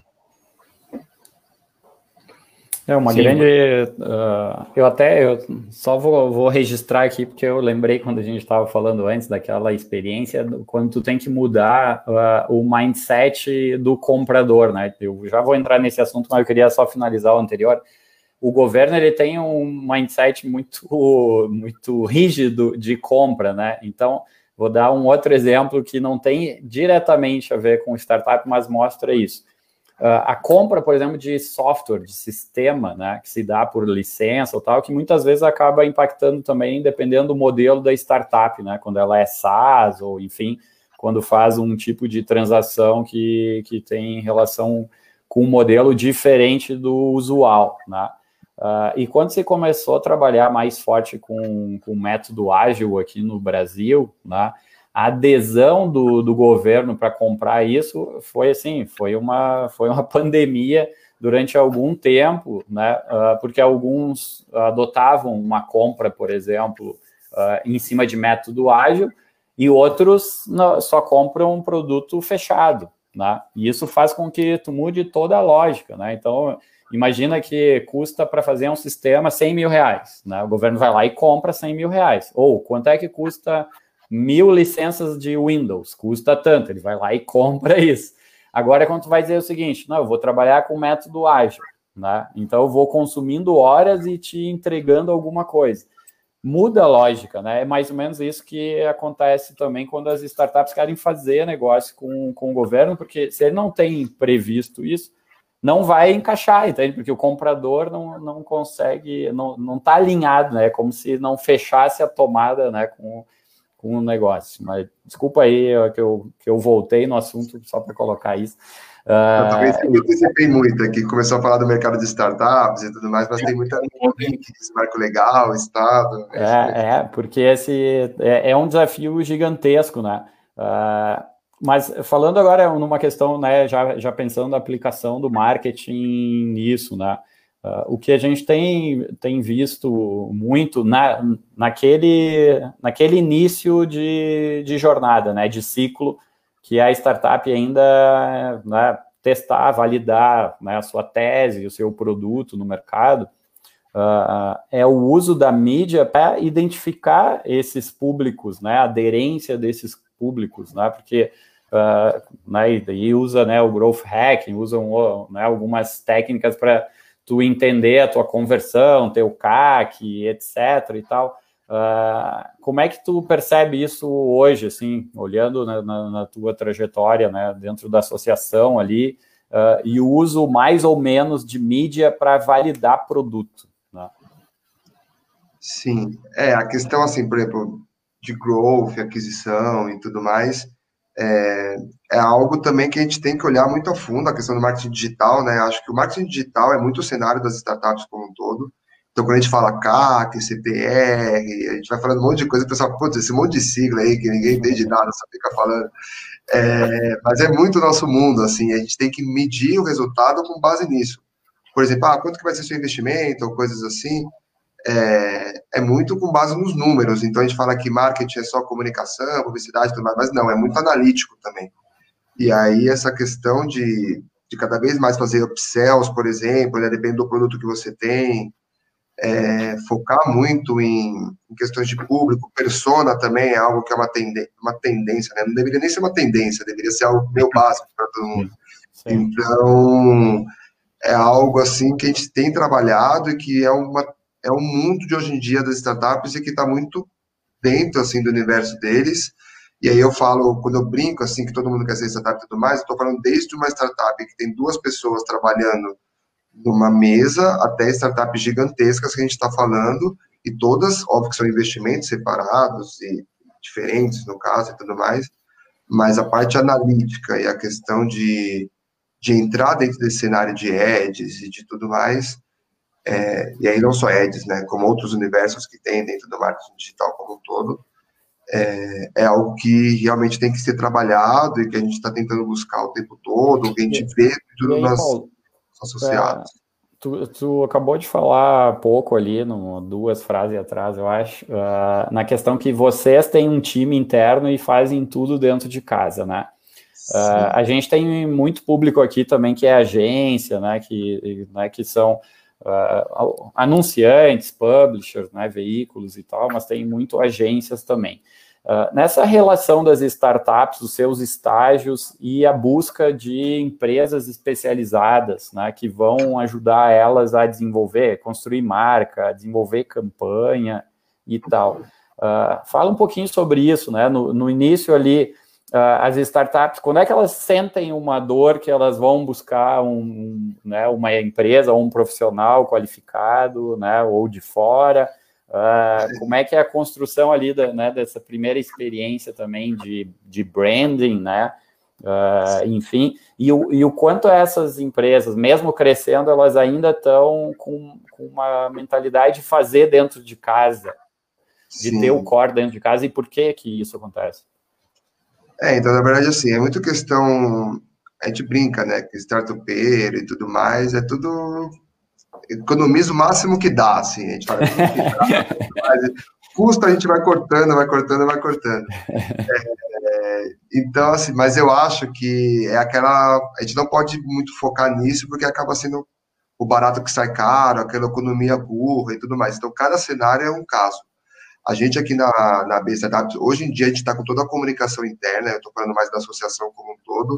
S4: É uma Sim. grande... Uh, eu até eu só vou, vou registrar aqui, porque eu lembrei quando a gente estava falando antes daquela experiência, do, quando tu tem que mudar uh, o mindset do comprador, né? Eu já vou entrar nesse assunto, mas eu queria só finalizar o anterior. O governo ele tem um mindset muito, muito rígido de compra, né? Então, vou dar um outro exemplo que não tem diretamente a ver com startup, mas mostra isso. Uh, a compra, por exemplo, de software, de sistema, né, que se dá por licença ou tal, que muitas vezes acaba impactando também, dependendo do modelo da startup, né? Quando ela é SaaS ou, enfim, quando faz um tipo de transação que, que tem relação com um modelo diferente do usual, né? Uh, e quando você começou a trabalhar mais forte com o método ágil aqui no Brasil, né, a adesão do, do governo para comprar isso foi assim, foi uma, foi uma pandemia durante algum tempo, né, uh, porque alguns adotavam uma compra, por exemplo, uh, em cima de método ágil, e outros não, só compram um produto fechado, né, e isso faz com que tu mude toda a lógica, né, então... Imagina que custa para fazer um sistema cem mil reais, né? O governo vai lá e compra cem mil reais. Ou quanto é que custa mil licenças de Windows? Custa tanto, ele vai lá e compra isso. Agora é quando tu vai dizer o seguinte, não, eu vou trabalhar com método ágil, né? Então eu vou consumindo horas e te entregando alguma coisa. Muda a lógica, né? É mais ou menos isso que acontece também quando as startups querem fazer negócio com, com o governo, porque se ele não tem previsto isso, não vai encaixar, entende? Porque o comprador não, não consegue, não, não tá alinhado, né? É como se não fechasse a tomada, né, com, com o negócio. Mas desculpa aí que eu, que eu voltei no assunto só para colocar isso.
S3: Uh, eu também sempre antecipei muito aqui, começou a falar do mercado de startups e tudo mais, mas tem muita link, marco legal, Estado.
S4: É, é, é porque esse é, é um desafio gigantesco, né? Uh, mas falando agora numa questão, né, já, já pensando na aplicação do marketing nisso, né? Uh, o que a gente tem, tem visto muito na, naquele, naquele início de, de jornada, né, de ciclo, que a startup ainda, né, testar, validar, né, a sua tese, o seu produto no mercado, uh, é o uso da mídia para identificar esses públicos, né, a aderência desses públicos, né, porque uh, né, e daí usa, né, o growth hacking, usam, né, algumas técnicas para tu entender a tua conversão, teu C A C, etc e tal. Uh, como é que tu percebe isso hoje, assim, olhando na, na, na tua trajetória, né, dentro da associação ali, uh, e o uso mais ou menos de mídia para validar produto, né?
S3: Sim, é, a questão, assim, por exemplo, de growth, aquisição e tudo mais, é, é algo também que a gente tem que olhar muito a fundo, a questão do marketing digital, né? Acho que o marketing digital é muito o cenário das startups como um todo. Então, quando a gente fala C A C, C P R, a gente vai falando um monte de coisa, o pessoal, putz, esse monte de sigla aí que ninguém entende nada, só fica falando. É, mas é muito o nosso mundo, assim, a gente tem que medir o resultado com base nisso. Por exemplo, ah, quanto que vai ser seu investimento, ou coisas assim, é, é muito com base nos números. Então, a gente fala que marketing é só comunicação, publicidade e tudo mais, mas não, é muito analítico também. E aí, essa questão de, de cada vez mais fazer upsells, por exemplo, né, depende do produto que você tem, É, focar muito em, em questões de público, persona também é algo que é uma, tende, uma tendência, né? Não deveria nem ser uma tendência, deveria ser algo meio básico para todo mundo. Sim. Então, é algo assim que a gente tem trabalhado e que é, uma, é um mundo de hoje em dia das startups e que está muito dentro, assim, do universo deles. E aí eu falo, quando eu brinco, assim, que todo mundo quer ser startup e tudo mais, eu estou falando desde uma startup que tem duas pessoas trabalhando numa mesa até startups gigantescas que a gente está falando, e todas, óbvio que são investimentos separados e diferentes no caso e tudo mais, mas a parte analítica e a questão de, de entrar dentro desse cenário de ads e de tudo mais, é, e aí não só ads, né, como outros universos que tem dentro do marketing digital como um todo, é, é algo que realmente tem que ser trabalhado e que a gente está tentando buscar o tempo todo, que a gente vê tudo nas... associados.
S4: É, tu, tu acabou de falar pouco ali, no, duas frases atrás, eu acho, uh, na questão que vocês têm um time interno e fazem tudo dentro de casa, né? Uh, a gente tem muito público aqui também que é agência, né? Que, né, que são uh, anunciantes, publishers, né? Veículos e tal, mas tem muito agências também. Uh, nessa relação das startups, os seus estágios e a busca de empresas especializadas, né, que vão ajudar elas a desenvolver, construir marca, desenvolver campanha e tal. Uh, fala um pouquinho sobre isso, né? No, no início ali, uh, as startups, quando é que elas sentem uma dor que elas vão buscar um, um, né, uma empresa ou um profissional qualificado, né, ou de fora? Uh, como é que é a construção ali da, né, dessa primeira experiência também de, de branding, né? Uh, enfim, e o, e o quanto essas empresas, mesmo crescendo, elas ainda estão com, com uma mentalidade de fazer dentro de casa, de Sim. ter o core dentro de casa, e por que que isso acontece?
S3: É, então, na verdade, assim, é muito questão, a gente brinca, né, que startupeiro e tudo mais, é tudo... economiza o máximo que dá, assim, a gente fala, tudo que dá, mas custa, a gente vai cortando, vai cortando, vai cortando. É, então, assim, mas eu acho que é aquela, a gente não pode muito focar nisso, porque acaba sendo o barato que sai caro, aquela economia burra e tudo mais. Então, cada cenário é um caso. A gente aqui na, na B Startups, hoje em dia a gente está com toda a comunicação interna, eu estou falando mais da associação como um todo,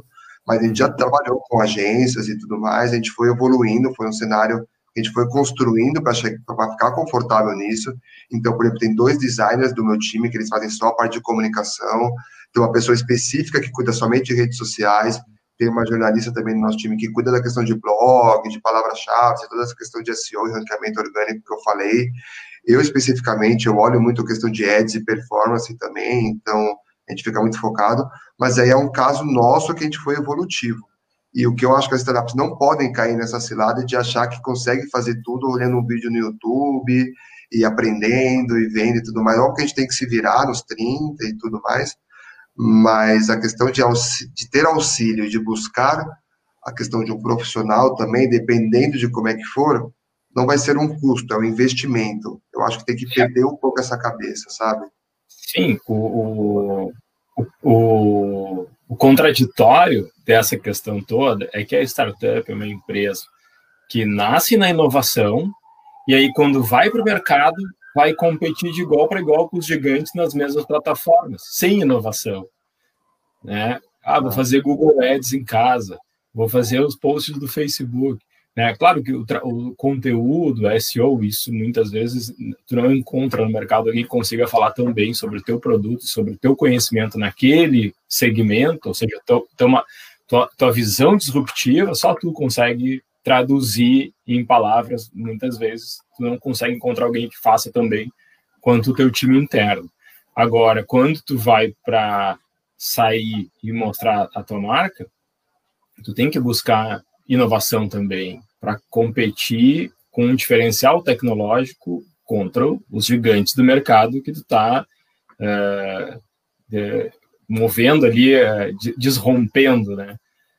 S3: mas a gente já trabalhou com agências e tudo mais, a gente foi evoluindo, foi um cenário que a gente foi construindo para ficar confortável nisso. Então, por exemplo, tem dois designers do meu time que eles fazem só a parte de comunicação, tem uma pessoa específica que cuida somente de redes sociais, tem uma jornalista também no nosso time que cuida da questão de blog, de palavras-chave, toda essa questão de S E O e ranqueamento orgânico que eu falei. Eu, especificamente, eu olho muito a questão de ads e performance também, então a gente fica muito focado, mas aí é um caso nosso que a gente foi evolutivo. E o que eu acho que as startups não podem cair nessa cilada de achar que consegue fazer tudo olhando um vídeo no YouTube e aprendendo e vendo e tudo mais. Óbvio que a gente tem que se virar nos trinta e tudo mais, mas a questão de, de ter auxílio, de buscar a questão de um profissional também, dependendo de como é que for, não vai ser um custo, é um investimento. Eu acho que tem que perder um pouco essa cabeça, sabe?
S2: Sim, o, o, o, o contraditório dessa questão toda é que a startup é uma empresa que nasce na inovação e aí quando vai para o mercado vai competir de igual para igual com os gigantes nas mesmas plataformas, sem inovação. Né? Ah, vou fazer Google Ads em casa, vou fazer os posts do Facebook. Né? Claro que o, o conteúdo, o S E O, isso muitas vezes tu não encontra no mercado alguém que consiga falar tão bem sobre o teu produto, sobre o teu conhecimento naquele segmento, ou seja, tua, tua, tua visão disruptiva, só tu consegue traduzir em palavras, muitas vezes tu não consegue encontrar alguém que faça também quanto o teu time interno. Agora, quando tu vai para sair e mostrar a tua marca, tu tem que buscar inovação também para competir com um diferencial tecnológico contra os gigantes do mercado que tu está é, é, movendo ali, é, desrompendo, né?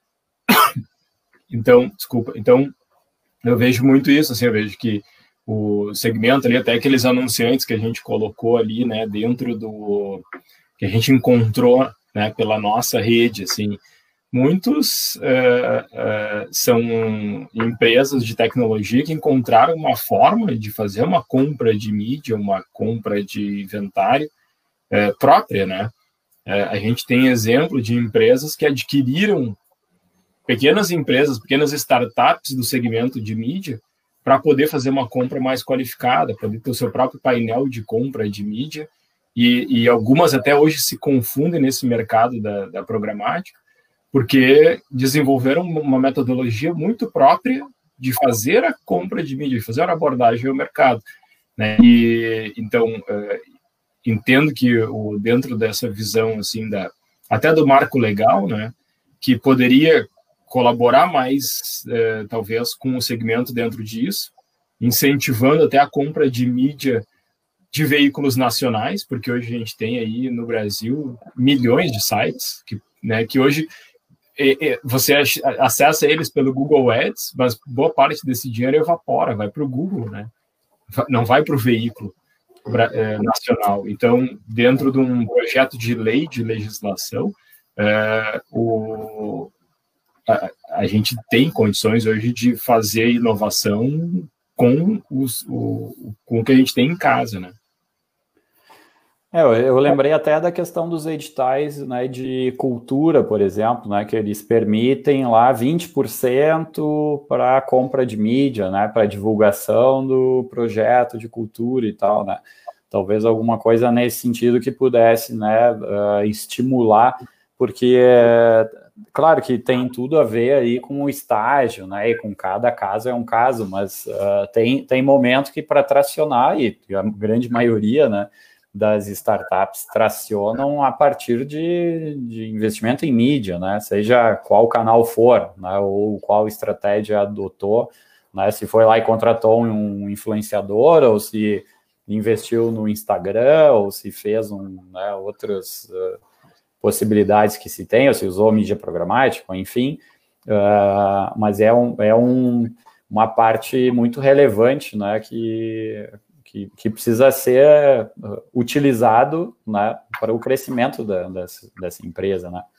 S2: Então, desculpa, então eu vejo muito isso, assim, eu vejo que o segmento ali, até aqueles anunciantes que a gente colocou ali, né, dentro do, que a gente encontrou, né, pela nossa rede, assim, muitos uh, uh, são empresas de tecnologia que encontraram uma forma de fazer uma compra de mídia, uma compra de inventário uh, própria, né? Uh, a gente tem exemplo de empresas que adquiriram pequenas empresas, pequenas startups do segmento de mídia para poder fazer uma compra mais qualificada, poder ter o seu próprio painel de compra de mídia, e, e algumas até hoje se confundem nesse mercado da, da programática, porque desenvolveram uma metodologia muito própria de fazer a compra de mídia, de fazer a abordagem ao mercado. Né? E, então, uh, entendo que o, dentro dessa visão, assim, da, até do marco legal, né, que poderia colaborar mais, uh, talvez, com o segmento dentro disso, incentivando até a compra de mídia de veículos nacionais, porque hoje a gente tem aí no Brasil milhões de sites, que, né, que hoje você acessa eles pelo Google Ads, mas boa parte desse dinheiro evapora, vai para o Google, né? Não vai para o veículo é, nacional. Então, dentro de um projeto de lei, de legislação, é, o, a, a gente tem condições hoje de fazer inovação com, os, o, com o que a gente tem em casa, né?
S4: É, eu lembrei até da questão dos editais, né, de cultura, por exemplo, né, que eles permitem lá vinte por cento para compra de mídia, né, para divulgação do projeto de cultura e tal, né. Talvez alguma coisa nesse sentido que pudesse, né, uh, estimular, porque, claro que tem tudo a ver aí com o estágio, né, e com cada caso é um caso, mas uh, tem, tem momento que para tracionar, e a grande maioria, né, das startups tracionam a partir de, de investimento em mídia, né? Seja qual canal for, né? Ou qual estratégia adotou, né? Se foi lá e contratou um influenciador, ou se investiu no Instagram, ou se fez um, né, outras uh, possibilidades que se tem, ou se usou mídia programática, enfim. Uh, mas é, um, é um, uma parte muito relevante, né? Que Que, que precisa ser utilizado, né, para o crescimento da, dessa, dessa empresa, né?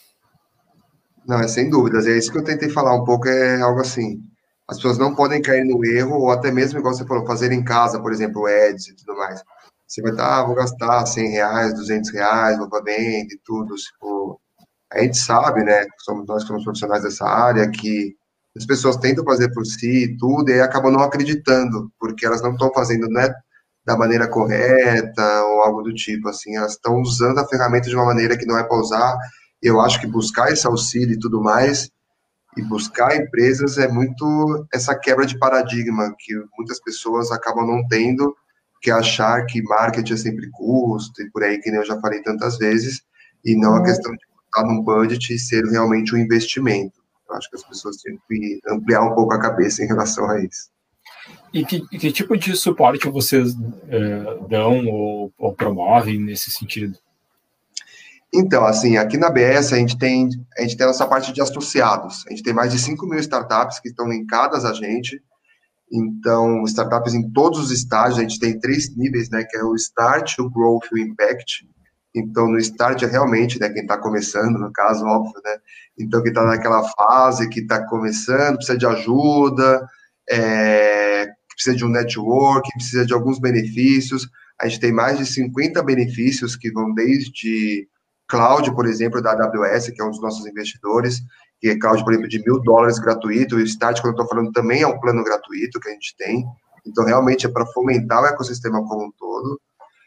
S3: Não, é sem dúvidas. É isso que eu tentei falar um pouco, é algo assim. As pessoas não podem cair no erro, ou até mesmo, igual você falou, fazer em casa, por exemplo, ads e tudo mais. Você vai estar, ah, vou gastar cem reais, duzentos reais, vou para venda e tudo. Tipo, A gente sabe, né, somos nós que somos profissionais dessa área, que as pessoas tentam fazer por si e tudo, e aí acabam não acreditando, porque elas não estão fazendo, né, da maneira correta ou algo do tipo, assim, elas estão usando a ferramenta de uma maneira que não é para usar. Eu acho que buscar esse auxílio e tudo mais, e buscar empresas é muito essa quebra de paradigma que muitas pessoas acabam não tendo, que é achar que marketing é sempre custo, e por aí, que nem eu já falei tantas vezes, e não a questão de botar num budget e ser realmente um investimento. Eu acho que as pessoas têm que ampliar um pouco a cabeça em relação a isso.
S2: E que, que tipo de suporte vocês uh, dão ou, ou promovem nesse sentido?
S3: Então, assim, aqui na B S a gente tem a gente tem essa parte de associados. A gente tem mais de cinco mil startups que estão linkadas a gente. Então, startups em todos os estágios, a gente tem três níveis, né, que é o Start, o Growth e o Impact. Então, no Start é realmente, né, quem está começando, no caso, óbvio, né? Então, quem está naquela fase, que está começando, precisa de ajuda, é, precisa de um network, precisa de alguns benefícios. A gente tem mais de cinquenta benefícios que vão desde cloud, por exemplo, da A W S, que é um dos nossos investidores, que é cloud, por exemplo, de mil dólares gratuito, e o Start, quando eu estou falando, também é um plano gratuito que a gente tem. Então, realmente, é para fomentar o ecossistema como um todo.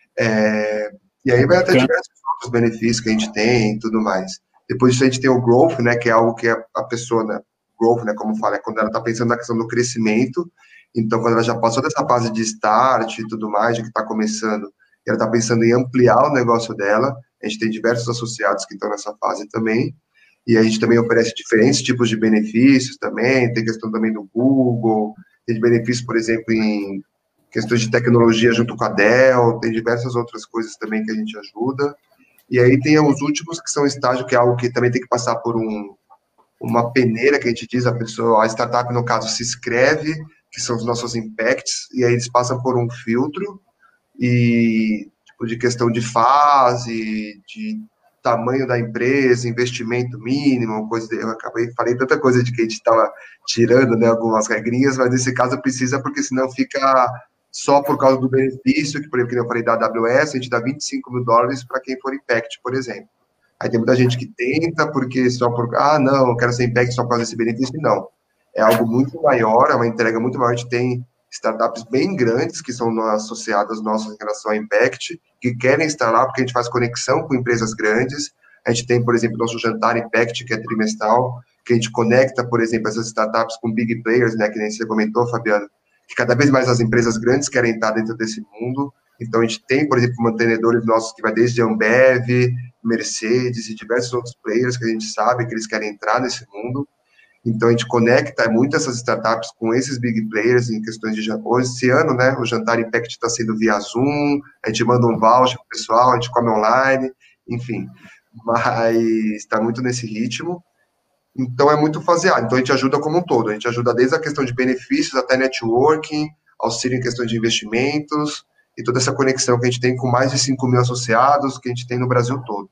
S3: É, e aí vai até diversos outros benefícios que a gente tem e tudo mais. Depois disso, a gente tem o Growth, né, que é algo que a pessoa, né, Growth, né, como fala, é quando ela está pensando na questão do crescimento. Então, quando ela já passou dessa fase de Start e tudo mais, de que está começando, e ela está pensando em ampliar o negócio dela, a gente tem diversos associados que estão nessa fase também, e a gente também oferece diferentes tipos de benefícios também, tem questão também do Google, tem benefícios, por exemplo, em questões de tecnologia junto com a Dell, tem diversas outras coisas também que a gente ajuda, e aí tem os últimos que são estágio, que é algo que também tem que passar por um, uma peneira, que a gente diz, a pessoa, a startup, no caso, se inscreve, que são os nossos impacts, e aí eles passam por um filtro, e de questão de fase, de tamanho da empresa, investimento mínimo, coisa de, eu acabei, falei tanta coisa de que a gente estava tirando, né, algumas regrinhas, mas nesse caso precisa, porque senão fica só por causa do benefício, que por exemplo, que eu falei da A W S, a gente dá vinte e cinco mil dólares para quem for Impact, por exemplo. Aí tem muita gente que tenta, porque só por, ah, não, eu quero ser Impact só por causa desse benefício, não. É algo muito maior, é uma entrega muito maior, a gente tem startups bem grandes, que são associadas nossas em relação a Impact, que querem estar lá, porque a gente faz conexão com empresas grandes. A gente tem, por exemplo, nosso jantar Impact, que é trimestral, que a gente conecta, por exemplo, essas startups com big players, né, que nem você comentou, Fabiano, que cada vez mais as empresas grandes querem estar dentro desse mundo. Então, a gente tem, por exemplo, mantenedores nossos que vai desde Ambev, Mercedes e diversos outros players que a gente sabe que eles querem entrar nesse mundo. Então, a gente conecta muito essas startups com esses big players em questões de... Hoje, esse ano, né, o Jantar Impact está sendo via Zoom, a gente manda um voucher para o pessoal, a gente come online, enfim. Mas está muito nesse ritmo. Então, é muito faseado. Então, a gente ajuda como um todo. A gente ajuda desde a questão de benefícios até networking, auxílio em questões de investimentos e toda essa conexão que a gente tem com mais de cinco mil associados que a gente tem no Brasil todo.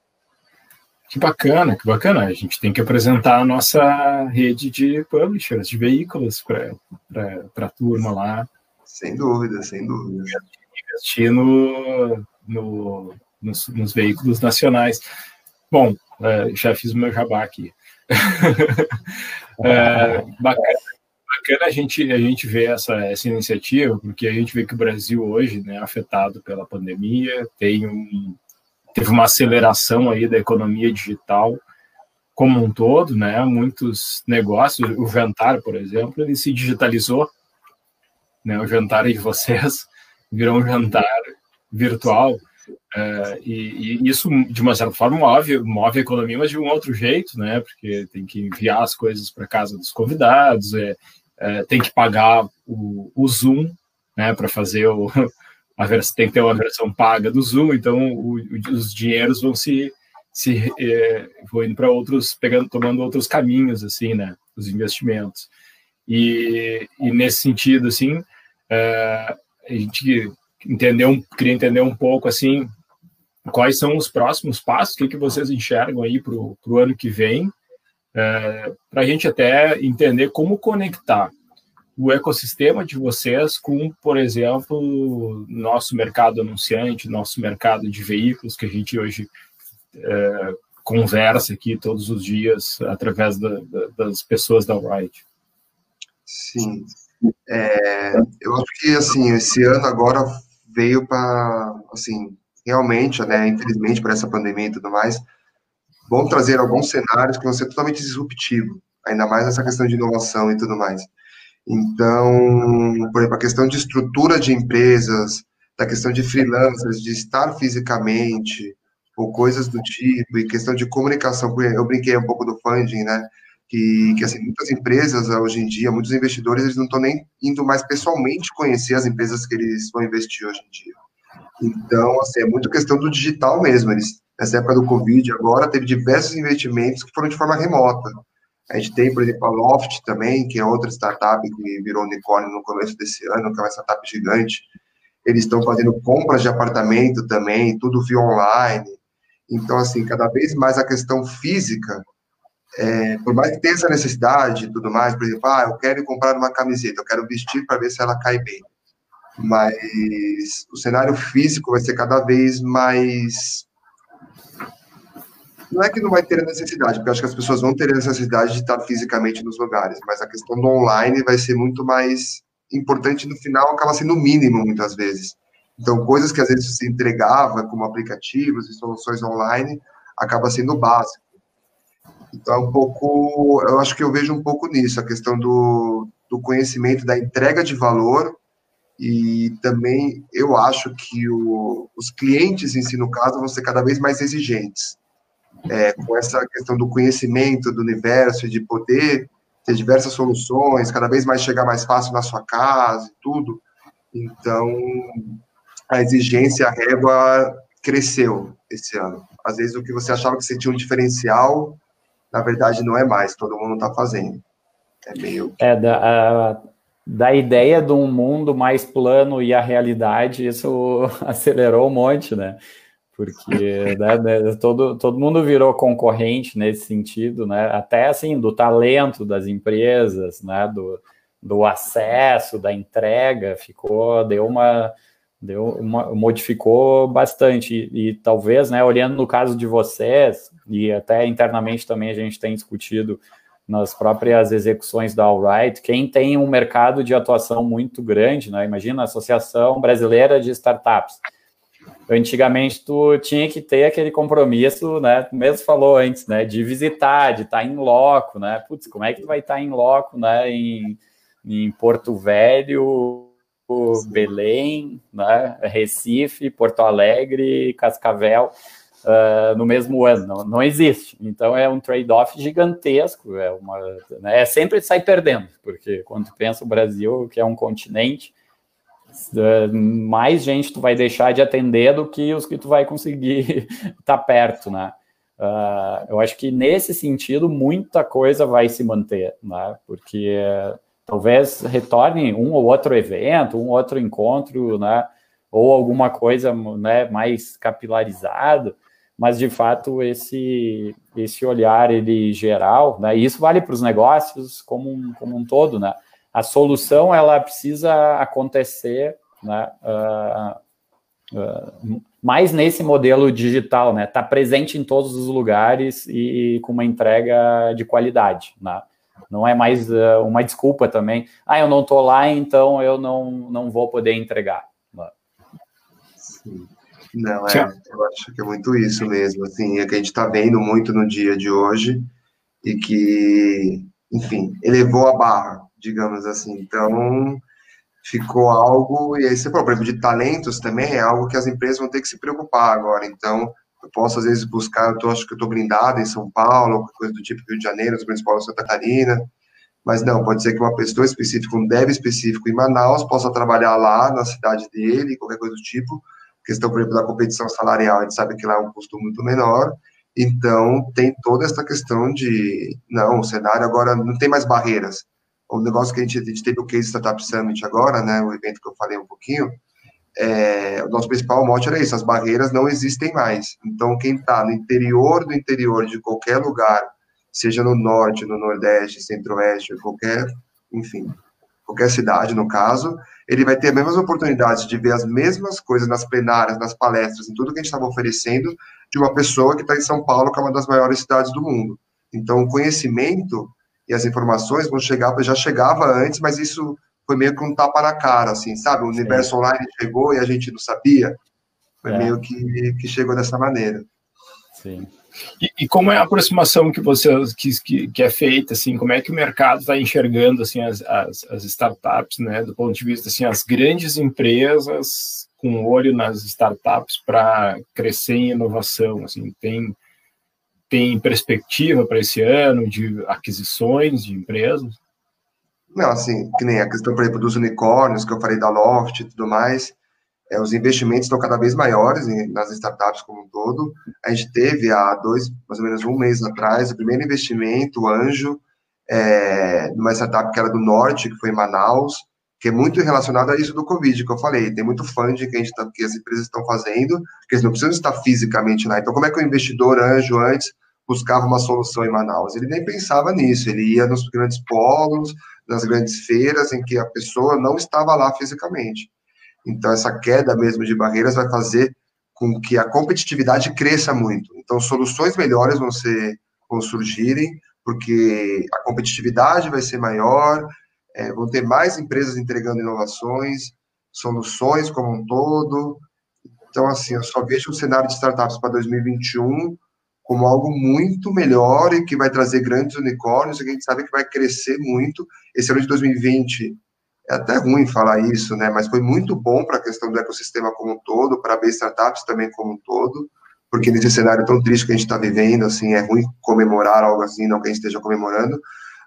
S2: Que bacana, que bacana. A gente tem que apresentar a nossa rede de publishers, de veículos para a turma lá.
S3: Sem dúvida, sem dúvida.
S2: Investir no, no, nos, nos veículos nacionais. Bom, é, já fiz o meu jabá aqui. é, bacana, bacana a gente, a gente ver essa, essa iniciativa, porque a gente vê que o Brasil hoje, né, afetado pela pandemia, tem um teve uma aceleração aí da economia digital como um todo, né? Muitos negócios, o jantar, por exemplo, ele se digitalizou, né? O jantar de vocês virou um jantar virtual, uh, e, e isso, de uma certa forma, move, move a economia, mas de um outro jeito, né? Porque tem que enviar as coisas para casa dos convidados, é, é, tem que pagar o, o Zoom, né? Para fazer o... A vers- tem que ter uma versão paga do Zoom, então o, o, os dinheiros vão se, se é, vão indo para outros, pegando, tomando outros caminhos, assim, né, os investimentos. E, e nesse sentido, assim, é, a gente entendeu, queria entender um pouco, assim, quais são os próximos passos, o que, que vocês enxergam aí para o ano que vem, é, para a gente até entender como conectar o ecossistema de vocês com, por exemplo, nosso mercado anunciante, nosso mercado de veículos, que a gente hoje é, conversa aqui todos os dias através da, da, das pessoas da Allright.
S3: Sim. É, eu acho que, assim, esse ano agora veio para, assim, realmente, né, infelizmente, por essa pandemia e tudo mais, vão trazer alguns cenários que vão ser totalmente disruptivos, ainda mais nessa questão de inovação e tudo mais. Então, por exemplo, a questão de estrutura de empresas, da questão de freelancers, de estar fisicamente, ou coisas do tipo, e questão de comunicação, eu brinquei um pouco do funding, né, que, que assim, muitas empresas, hoje em dia, muitos investidores, eles não estão nem indo mais pessoalmente conhecer as empresas que eles vão investir hoje em dia. Então, assim, é muito questão do digital mesmo, eles, nessa época do Covid, agora, teve diversos investimentos que foram de forma remota. A gente tem, por exemplo, a Loft também, que é outra startup que virou unicórnio no começo desse ano, que é uma startup gigante. Eles estão fazendo compras de apartamento também, tudo via online. Então, assim, cada vez mais a questão física, é, por mais que tenha essa necessidade e tudo mais, por exemplo, ah, eu quero comprar uma camiseta, eu quero vestir para ver se ela cai bem. Mas o cenário físico vai ser cada vez mais... Não é que não vai ter a necessidade, porque eu acho que as pessoas vão ter a necessidade de estar fisicamente nos lugares, mas a questão do online vai ser muito mais importante, no final acaba sendo o mínimo, muitas vezes. Então, coisas que às vezes se entregava, como aplicativos e soluções online, acaba sendo o básico. Então, é um pouco, eu acho que eu vejo um pouco nisso, a questão do, do conhecimento, da entrega de valor, e também eu acho que o, os clientes em si, no caso, vão ser cada vez mais exigentes. É, com essa questão do conhecimento do universo, de poder ter diversas soluções, cada vez mais chegar mais fácil na sua casa e tudo. Então, a exigência, a régua cresceu esse ano. Às vezes, o que você achava que você tinha um diferencial, na verdade, não é mais, todo mundo está fazendo. É meio...
S4: É, da, a, da ideia de um mundo mais plano e a realidade, isso acelerou um monte, né? Porque né, todo, todo mundo virou concorrente nesse sentido, né? Até assim, do talento das empresas, né? do, do acesso, da entrega, ficou, deu uma, deu uma, modificou bastante, e, e talvez, né, olhando no caso de vocês, e até internamente também a gente tem discutido nas próprias execuções da Allright, quem tem um mercado de atuação muito grande, né? Imagina a Associação Brasileira de Startups. Antigamente, tu tinha que ter aquele compromisso, né? Tu mesmo falou antes, né? De visitar, de estar em loco, né? Putz, como é que tu vai estar em loco, né? Em, em Porto Velho, Belém, né? Recife, Porto Alegre, Cascavel, uh, no mesmo ano. Não, não existe. Então, é um trade-off gigantesco. É, uma, né? É sempre sai perdendo, porque quando tu pensa o Brasil, que é um continente, mais gente tu vai deixar de atender do que os que tu vai conseguir estar perto, né? Uh, eu acho que nesse sentido muita coisa vai se manter, né? Porque uh, talvez retorne um ou outro evento, um ou outro encontro, né? Ou alguma coisa, né, mais capilarizada, mas de fato esse, esse olhar ele geral, né? E isso vale para os negócios como um, como um todo, né? A solução, ela precisa acontecer, né, uh, uh, mais nesse modelo digital, né, tá presente em todos os lugares e, e com uma entrega de qualidade, né? Não é mais uh, uma desculpa também, ah, eu não estou lá, então eu não, não vou poder entregar. Né?
S3: Sim. Não, é, eu acho que é muito isso mesmo, assim, é que a gente está vendo muito no dia de hoje e que, enfim, elevou a barra, digamos assim. Então, ficou algo... E aí você falou, por exemplo, de talentos também, é algo que as empresas vão ter que se preocupar agora. Então, eu posso, às vezes, buscar... Eu tô, acho que eu estou blindado em São Paulo, coisa do tipo Rio de Janeiro, São Paulo, Santa Catarina. Mas não, pode ser que uma pessoa específica, um dev específico em Manaus, possa trabalhar lá na cidade dele, qualquer coisa do tipo. Questão, por exemplo, da competição salarial, a gente sabe que lá é um custo muito menor. Então, tem toda essa questão de... Não, o cenário agora não tem mais barreiras. O negócio que a gente, a gente teve o Case Startup Summit agora, né, o evento que eu falei um pouquinho, é, o nosso principal mote era isso, as barreiras não existem mais. Então, quem está no interior do interior de qualquer lugar, seja no norte, no nordeste, centro-oeste, qualquer, enfim, qualquer cidade, no caso, ele vai ter as mesmas oportunidades de ver as mesmas coisas nas plenárias, nas palestras, em tudo que a gente estava oferecendo, de uma pessoa que está em São Paulo, que é uma das maiores cidades do mundo. Então, o conhecimento e as informações vão chegar, já chegava antes, mas isso foi meio que um tapa na cara, assim, sabe? O universo Sim. online chegou e a gente não sabia. Foi é. meio que, que chegou dessa maneira.
S4: Sim.
S2: E, e como é a aproximação que você que, que é feita, assim, como é que o mercado está enxergando assim as, as, as startups, né, do ponto de vista assim, as grandes empresas com olho nas startups para crescer em inovação, assim, tem tem perspectiva para esse ano de aquisições de empresas?
S3: Não, assim, que nem a questão, por exemplo, dos unicórnios, que eu falei da Loft e tudo mais, é, os investimentos estão cada vez maiores em, nas startups como um todo. A gente teve há dois, mais ou menos um mês atrás, o primeiro investimento, o Anjo, é, numa startup que era do Norte, que foi em Manaus, que é muito relacionado a isso do Covid, que eu falei. Tem muito funding que, a gente tá, que as empresas estão fazendo, que eles não precisam estar fisicamente lá. Então, como é que o investidor Anjo antes buscava uma solução em Manaus? Ele nem pensava nisso, ele ia nos grandes polos, nas grandes feiras, em que a pessoa não estava lá fisicamente. Então, essa queda mesmo de barreiras vai fazer com que a competitividade cresça muito. Então, soluções melhores vão, ser, vão surgirem, porque a competitividade vai ser maior, é, vão ter mais empresas entregando inovações, soluções como um todo. Então, assim, eu só vejo o cenário de startups para dois mil e vinte e um como algo muito melhor e que vai trazer grandes unicórnios, e que a gente sabe que vai crescer muito. Esse ano de dois mil e vinte... é até ruim falar isso, né? Mas foi muito bom para a questão do ecossistema como um todo, para ver startups também como um todo, porque nesse cenário tão triste que a gente está vivendo, assim, é ruim comemorar algo assim, não que a gente esteja comemorando,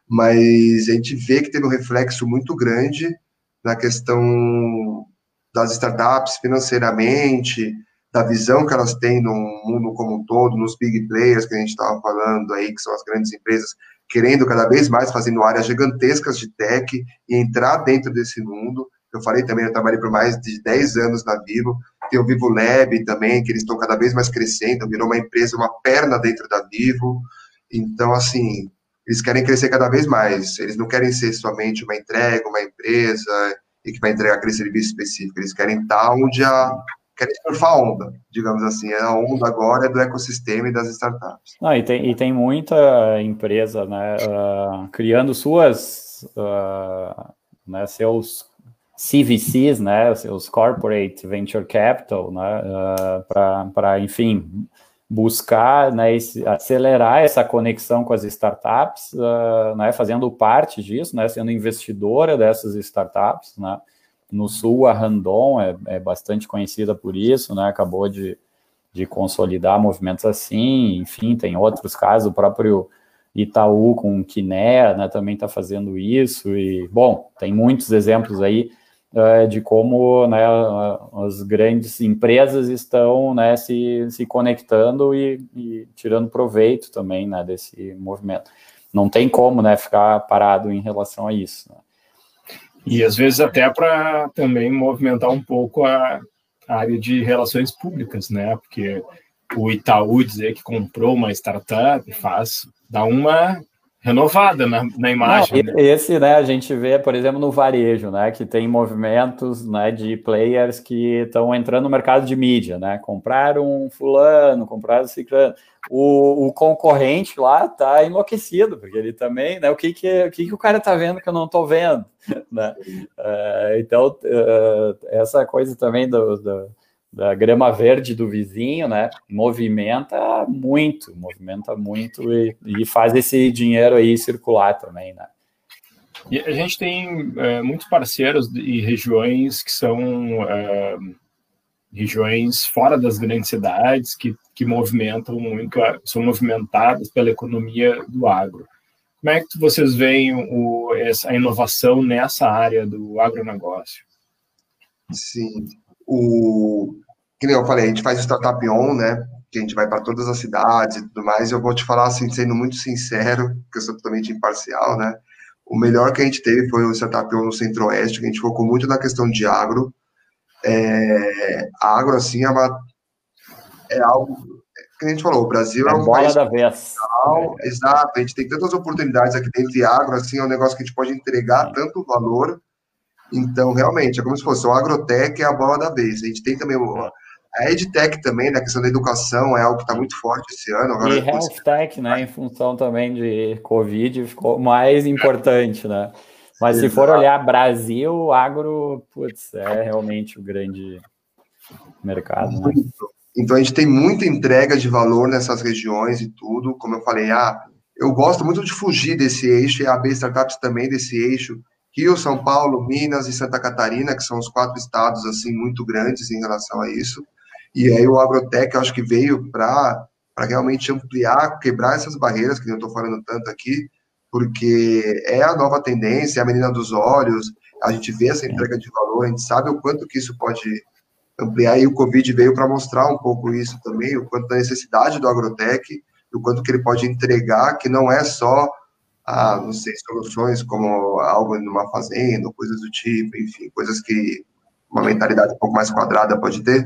S3: mas a gente vê que teve um reflexo muito grande na questão das startups financeiramente, da visão que elas têm no mundo como um todo, nos big players que a gente estava falando aí, que são as grandes empresas, querendo cada vez mais, fazendo áreas gigantescas de tech e entrar dentro desse mundo. Eu falei também, eu trabalhei por mais de dez anos na Vivo, tem o Vivo Lab também, que eles estão cada vez mais crescendo, virou uma empresa, uma perna dentro da Vivo. Então, assim, eles querem crescer cada vez mais, eles não querem ser somente uma entrega, uma empresa, e que vai entregar aquele serviço específico, eles querem estar onde a... querem surfar a onda, digamos assim. A onda agora é do ecossistema e das startups.
S4: Não, e, tem, e tem muita empresa, né, uh, criando suas, uh, né, seus C V Cs, né, seus Corporate Venture Capital, né, uh, para, enfim, buscar, né, esse, acelerar essa conexão com as startups, uh, né, fazendo parte disso, né, sendo investidora dessas startups, né. No Sul, a Randon é, é bastante conhecida por isso, né? Acabou de, de consolidar movimentos assim, enfim, tem outros casos, o próprio Itaú com o Kinea, né, também está fazendo isso, e, bom, tem muitos exemplos aí uh, de como, né, as grandes empresas estão, né, se, se conectando e, e tirando proveito também, né, desse movimento. Não tem como, né, ficar parado em relação a isso, né?
S2: E, às vezes, até para também movimentar um pouco a área de relações públicas, né? Porque o Itaú dizer que comprou uma startup faz, dá uma renovada na, na imagem.
S4: Não,
S2: né?
S4: Esse, né, a gente vê, por exemplo, no varejo, né? Que tem movimentos, né, de players que estão entrando no mercado de mídia, né? Compraram um fulano, compraram ciclano. O, o concorrente lá tá enlouquecido, porque ele também, né? O que que, o, que, que o cara tá vendo que eu não tô vendo, né? Uh, então, uh, essa coisa também do, do, da grama verde do vizinho, né? Movimenta muito, movimenta muito e, e faz esse dinheiro aí circular também, né?
S2: E a gente tem é, muitos parceiros e regiões que são é, regiões fora das grandes cidades, que, que movimentam muito, são movimentadas pela economia do agro. Como é que vocês veem o, essa, a inovação nessa área do agronegócio?
S3: Sim. O, que nem eu falei, a gente faz o Startup On, né? Que a gente vai para todas as cidades e tudo mais. E eu vou te falar, assim, sendo muito sincero, porque eu sou totalmente imparcial, né? O melhor que a gente teve foi o Startup On no Centro-Oeste, que a gente focou muito na questão de agro. É, a agro, assim, é, uma, é algo que a gente falou, o Brasil é, é um
S4: bola
S3: país
S4: da vez.
S3: É. Exato, a gente tem tantas oportunidades aqui dentro de agro, assim, é um negócio que a gente pode entregar tanto valor Então, realmente, é como se fosse o agrotech é a bola da vez. A gente tem também o, a edtech também, né, a questão da educação é algo que está muito forte esse ano. Agora,
S4: e health tech, né, em função também de Covid, ficou mais importante, né? Mas se for olhar Brasil, agro, putz, é realmente o grande mercado, né?
S3: Então, a gente tem muita entrega de valor nessas regiões e tudo. Como eu falei, ah, eu gosto muito de fugir desse eixo, e a A B Startups também desse eixo. Rio, São Paulo, Minas e Santa Catarina, que são os quatro estados, assim, muito grandes em relação a isso. E aí o Agrotech, eu acho que veio para realmente ampliar, quebrar essas barreiras, que eu estou falando tanto aqui, porque é a nova tendência, é a menina dos olhos, a gente vê essa entrega de valor, a gente sabe o quanto que isso pode ampliar, e o Covid veio para mostrar um pouco isso também, o quanto da necessidade do Agrotech, o quanto que ele pode entregar, que não é só, ah, não sei, soluções como algo numa fazenda, coisas do tipo, enfim, coisas que uma mentalidade um pouco mais quadrada pode ter.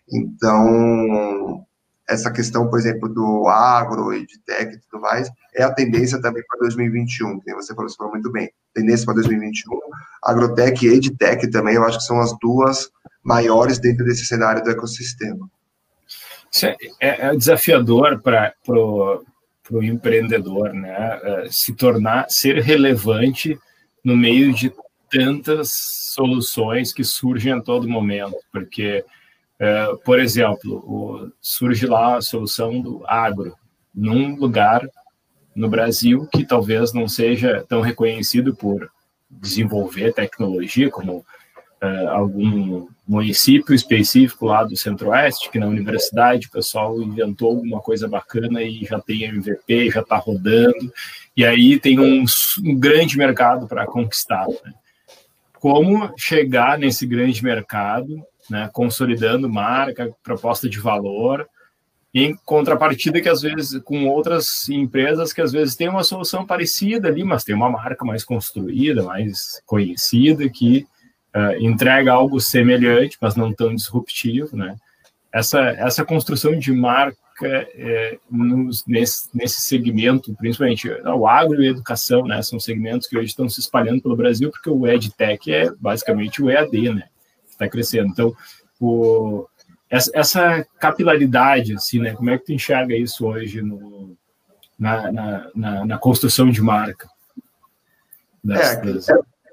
S3: Então, essa questão, por exemplo, do agro e de tech e tudo mais, é a tendência também para dois mil e vinte e um, que você falou, você falou muito bem, tendência para dois mil e vinte e um, agrotech e edtech também, eu acho que são as duas maiores dentro desse cenário do ecossistema.
S2: Isso é, é desafiador para o empreendedor, né? Se tornar, ser relevante no meio de tantas soluções que surgem a todo momento, porque, uh, por exemplo, o, surge lá a solução do agro, num lugar no Brasil que talvez não seja tão reconhecido por desenvolver tecnologia como uh, algum município específico lá do Centro-Oeste, que na universidade o pessoal inventou alguma coisa bacana e já tem M V P, já está rodando, e aí tem um, um grande mercado para conquistar, né? Como chegar nesse grande mercado, né, consolidando marca, proposta de valor, em contrapartida que às vezes com outras empresas que às vezes têm uma solução parecida ali, mas tem uma marca mais construída, mais conhecida, que uh, entrega algo semelhante, mas não tão disruptivo, né? Essa, essa construção de marca é, nos, nesse, nesse segmento, principalmente o agro e a educação, né, são segmentos que hoje estão se espalhando pelo Brasil, porque o EdTech é basicamente o E A D, né, que está crescendo. Então, o, essa, essa capilaridade, assim, né, como é que tu enxerga isso hoje no, na, na, na, na construção de marca? Das,
S3: é,
S2: das...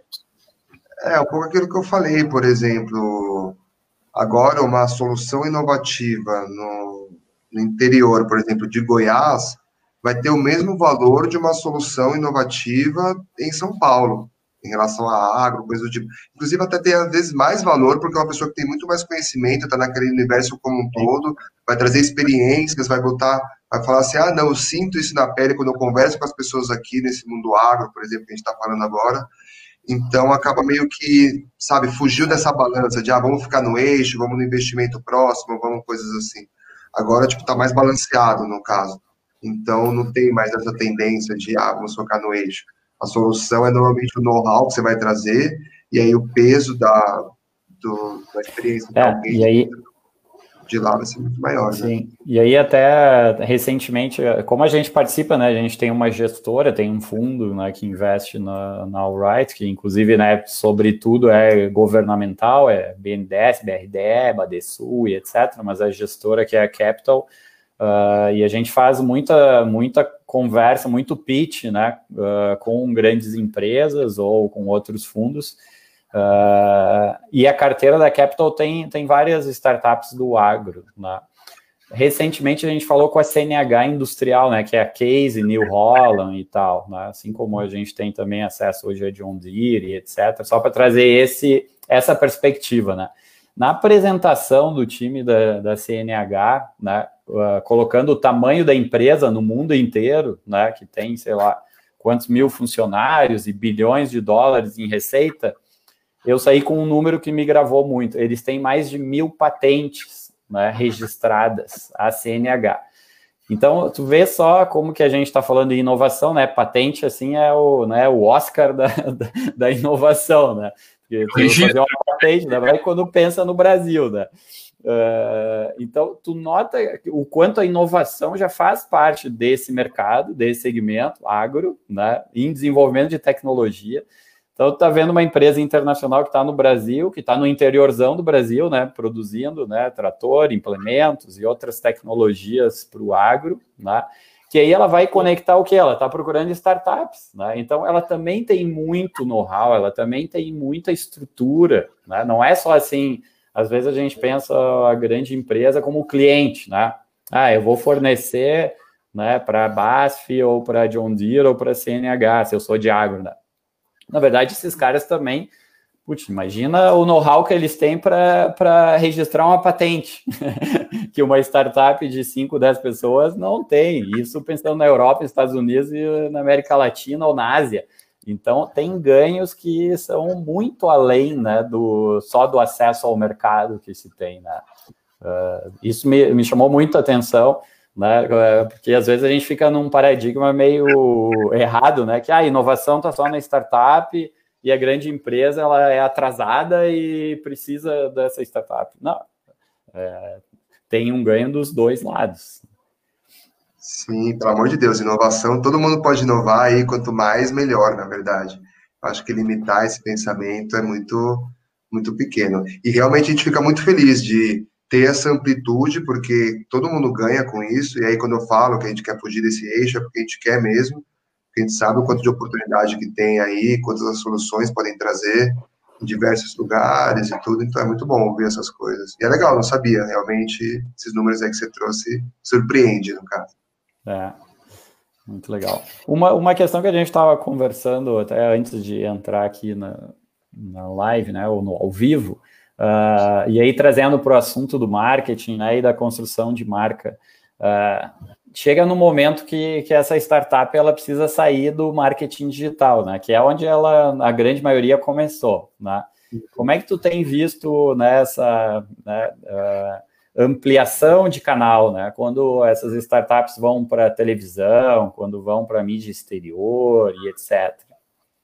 S3: é um pouco aquilo que eu falei, por exemplo, agora uma solução inovativa no, no interior, por exemplo, de Goiás, vai ter o mesmo valor de uma solução inovativa em São Paulo, em relação a agro, coisa do tipo. Inclusive, até tem, às vezes, mais valor, porque é uma pessoa que tem muito mais conhecimento, está naquele universo como um todo, vai trazer experiências, vai botar, vai falar assim, ah, não, eu sinto isso na pele quando eu converso com as pessoas aqui nesse mundo agro, por exemplo, que a gente está falando agora. Então, acaba meio que, sabe, fugiu dessa balança de, ah, vamos ficar no eixo, vamos no investimento próximo, vamos coisas assim. Agora, tipo, tá mais balanceado, no caso. Então, não tem mais essa tendência de, ah, vamos focar no eixo. A solução é normalmente o know-how que você vai trazer, e aí o peso da, do, da experiência
S4: é, alguém e aí,
S3: de lá vai ser muito maior,
S4: sim.
S3: Né?
S4: E aí até recentemente, como a gente participa, né, a gente tem uma gestora, tem um fundo, né, que investe na, na Allright, que inclusive, né, sobretudo é governamental, é B N D E S, B R D E, Badesul e etcétera, mas a gestora que é a Capital, uh, e a gente faz muita, muita conversa, muito pitch, né, uh, com grandes empresas ou com outros fundos. Uh, e a carteira da Capital tem, tem várias startups do agro, né? Recentemente a gente falou com a C N H Industrial, né, que é a Case, New Holland e tal, né? Assim como a gente tem também acesso hoje a John Deere e etcétera, só para trazer esse, essa perspectiva, né? Na apresentação do time da, da C N H, né, uh, colocando o tamanho da empresa no mundo inteiro, né, que tem, sei lá, quantos mil funcionários e bilhões de dólares em receita, eu saí com um número que me gravou muito. Eles têm mais de mil patentes, né, registradas, a C N H. Então, tu vê só como que a gente está falando de inovação, né? Patente, assim, é o, né, o Oscar da, da, da inovação, né? Porque tu fazer uma patente, né? Vai quando pensa no Brasil, né? Uh, então, tu nota o quanto a inovação já faz parte desse mercado, desse segmento agro, né? Em desenvolvimento de tecnologia. Então, tu está vendo uma empresa internacional que está no Brasil, que está no interiorzão do Brasil, né, produzindo, né, trator, implementos e outras tecnologias para o agro, né, que aí ela vai conectar o que? Ela está procurando startups, né? Então, ela também tem muito know-how, ela também tem muita estrutura, né? Não é só assim, às vezes a gente pensa a grande empresa como cliente, né? Ah, eu vou fornecer, né, para a B A S F ou para a John Deere ou para a C N H, se eu sou de agro, né? Na verdade, esses caras também, putz, imagina o know-how que eles têm para registrar uma patente, que uma startup de cinco, dez pessoas não tem. Isso pensando na Europa, Estados Unidos e na América Latina ou na Ásia. Então, tem ganhos que são muito além, né, do, só do acesso ao mercado que se tem, né? Uh, isso me, me chamou muito a atenção, né, porque às vezes a gente fica num paradigma meio errado, né, que a inovação está só na startup e a grande empresa ela é atrasada e precisa dessa startup. Não, é, tem um ganho dos dois lados.
S3: Sim, pelo amor de Deus, inovação, todo mundo pode inovar e quanto mais, melhor, na verdade. Acho que limitar esse pensamento é muito, muito pequeno. E realmente a gente fica muito feliz de ter essa amplitude, porque todo mundo ganha com isso, e aí quando eu falo que a gente quer fugir desse eixo, é porque a gente quer mesmo, porque a gente sabe o quanto de oportunidade que tem aí, quantas as soluções podem trazer em diversos lugares e tudo, então é muito bom ouvir essas coisas. E é legal, não sabia, realmente, esses números aí que você trouxe, surpreende, no caso.
S4: É, muito legal. Uma, uma questão que a gente estava conversando até antes de entrar aqui na, na live, né, ou no ao vivo, Uh, e aí trazendo para o assunto do marketing, né, e da construção de marca, uh, chega no momento que, que essa startup ela precisa sair do marketing digital, né, que é onde ela, a grande maioria começou, né? Como é que tu tem visto nessa, né, uh, ampliação de canal, né, quando essas startups vão para televisão, quando vão para mídia exterior e etcétera?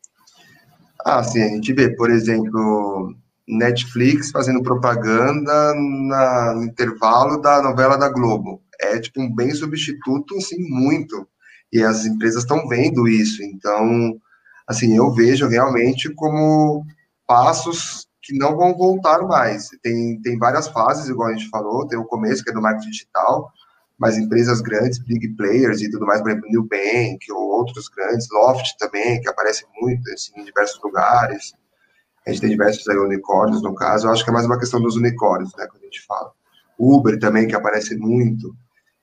S3: Ah, sim, a gente vê, por exemplo, Netflix fazendo propaganda na, no intervalo da novela da Globo. É tipo um bem substituto, assim, muito. E as empresas estão vendo isso. Então, assim, eu vejo realmente como passos que não vão voltar mais. Tem, tem várias fases, igual a gente falou. Tem o começo, que é do marketing digital, mas empresas grandes, big players e tudo mais, por exemplo, Nubank ou outros grandes, Loft também, que aparece muito assim, em diversos lugares. A gente tem diversos aí, unicórnios, no caso. Eu acho que é mais uma questão dos unicórnios, né, quando a gente fala. Uber também, que aparece muito.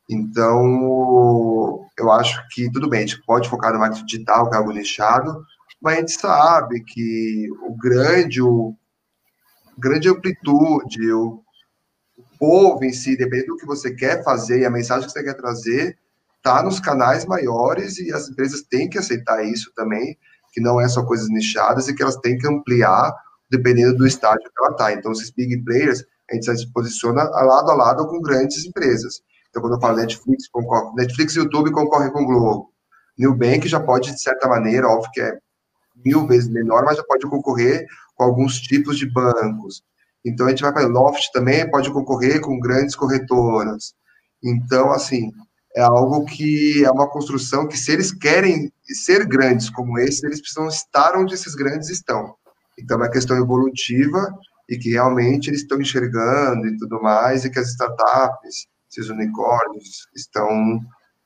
S3: Então, eu acho que, tudo bem, a gente pode focar no marketing digital, que é algo nichado, mas a gente sabe que o grande, o grande amplitude, o, o povo em si, dependendo do que você quer fazer e a mensagem que você quer trazer, está nos canais maiores e as empresas têm que aceitar isso também, que não é só coisas nichadas e que elas têm que ampliar dependendo do estágio que ela está. Então, esses big players, a gente se posiciona lado a lado com grandes empresas. Então, quando eu falo Netflix, concorre, Netflix e YouTube concorrem com o Globo. Nubank já pode, de certa maneira, óbvio que é mil vezes menor, mas já pode concorrer com alguns tipos de bancos. Então, a gente vai para Loft também, pode concorrer com grandes corretoras. Então, assim, é algo que é uma construção que, se eles querem ser grandes como esse, eles precisam estar onde esses grandes estão. Então, é uma questão evolutiva e que realmente eles estão enxergando e tudo mais, e que as startups, esses unicórnios, estão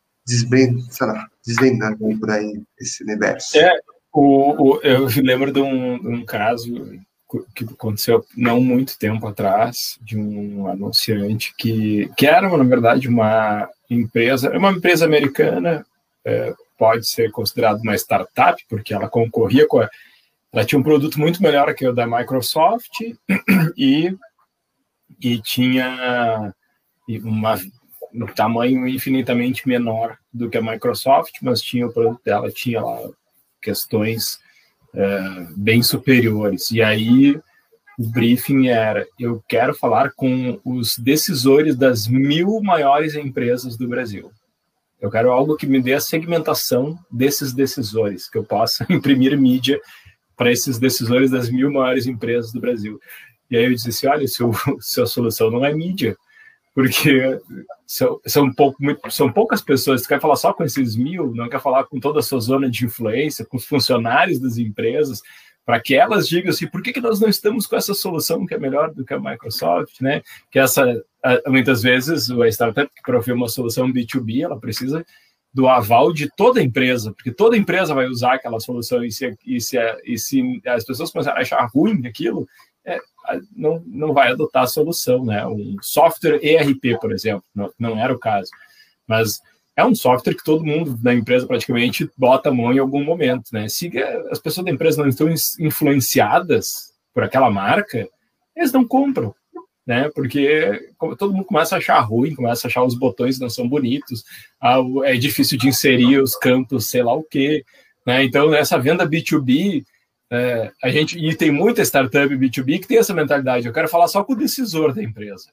S3: desvendando por aí esse universo.
S2: É, o, o, eu lembro de um, de um caso que aconteceu não muito tempo atrás, de um anunciante que, que era, na verdade, uma empresa, uma empresa americana, é, pode ser considerada uma startup, porque ela concorria com a, ela tinha um produto muito melhor que o da Microsoft e, e tinha uma, um tamanho infinitamente menor do que a Microsoft, mas tinha o produto dela, tinha lá questões é, bem superiores. E aí o briefing era: eu quero falar com os decisores das mil maiores empresas do Brasil. Eu quero algo que me dê a segmentação desses decisores, que eu possa imprimir mídia para esses decisores das mil maiores empresas do Brasil. E aí eu disse assim: olha, seu, sua solução não é mídia, porque são, são, pouco, são poucas pessoas. Você quer falar só com esses mil, não quer falar com toda a sua zona de influência, com os funcionários das empresas, para que elas digam assim, por que, que nós não estamos com essa solução que é melhor do que a Microsoft, né? Que essa, muitas vezes, a startup que provê uma solução B dois B, ela precisa do aval de toda a empresa, porque toda empresa vai usar aquela solução, e se, e se, e se as pessoas começarem a achar ruim aquilo, é, não, não vai adotar a solução, né? Um software E R P, por exemplo, não, não era o caso, mas é um software que todo mundo da empresa praticamente bota a mão em algum momento, né? Se as pessoas da empresa não estão influenciadas por aquela marca, eles não compram, né? Porque todo mundo começa a achar ruim, começa a achar os botões não são bonitos, é difícil de inserir os campos, sei lá o quê, né? Então, nessa venda B dois B, é, a gente, e tem muita startup B dois B que tem essa mentalidade, eu quero falar só com o decisor da empresa,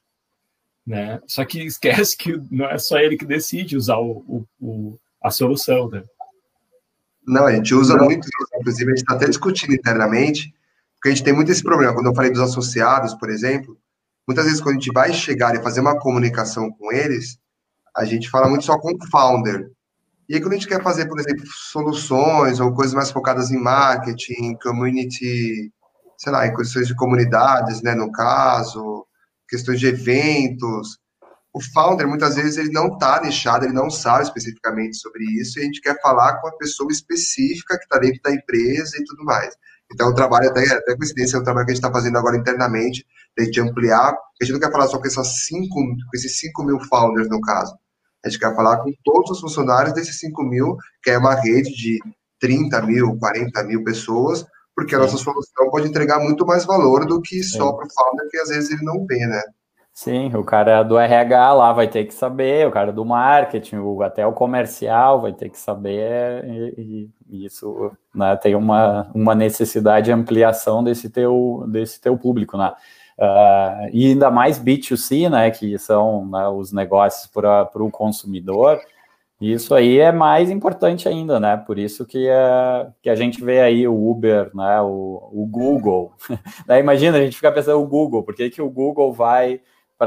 S2: né? Só que esquece que não é só ele que decide usar o, o, o, a solução, né?
S3: Não, a gente usa muito isso, inclusive a gente está até discutindo internamente, porque a gente tem muito esse problema. Quando eu falei dos associados, por exemplo, muitas vezes quando a gente vai chegar e fazer uma comunicação com eles, a gente fala muito só com o founder. E aí quando a gente quer fazer, por exemplo, soluções ou coisas mais focadas em marketing, community, sei lá, em questões de comunidades, né, no caso, questões de eventos, o founder, muitas vezes, ele não está nichado, ele não sabe especificamente sobre isso, e a gente quer falar com a pessoa específica que está dentro da empresa e tudo mais. Então, o trabalho, até, até coincidência, é um trabalho que a gente está fazendo agora internamente, de a gente ampliar, a gente não quer falar só com, essas cinco, com esses cinco mil founders, no caso. A gente quer falar com todos os funcionários desses cinco mil, que é uma rede de trinta mil, quarenta mil pessoas, porque a nossa solução pode entregar muito mais valor do que só para o founder, que às vezes ele não vê, né?
S4: Sim, o cara do R H lá vai ter que saber, o cara do marketing, o, até o comercial vai ter que saber, e, e isso, né, tem uma, uma necessidade de ampliação desse teu, desse teu público, né? Uh, e ainda mais B dois C, né, que são, né, os negócios para o consumidor, isso aí é mais importante ainda, né? Por isso que, uh, que a gente vê aí o Uber, né, o, o Google. Daí, imagina, a gente fica pensando, o Google, por que, que o Google vai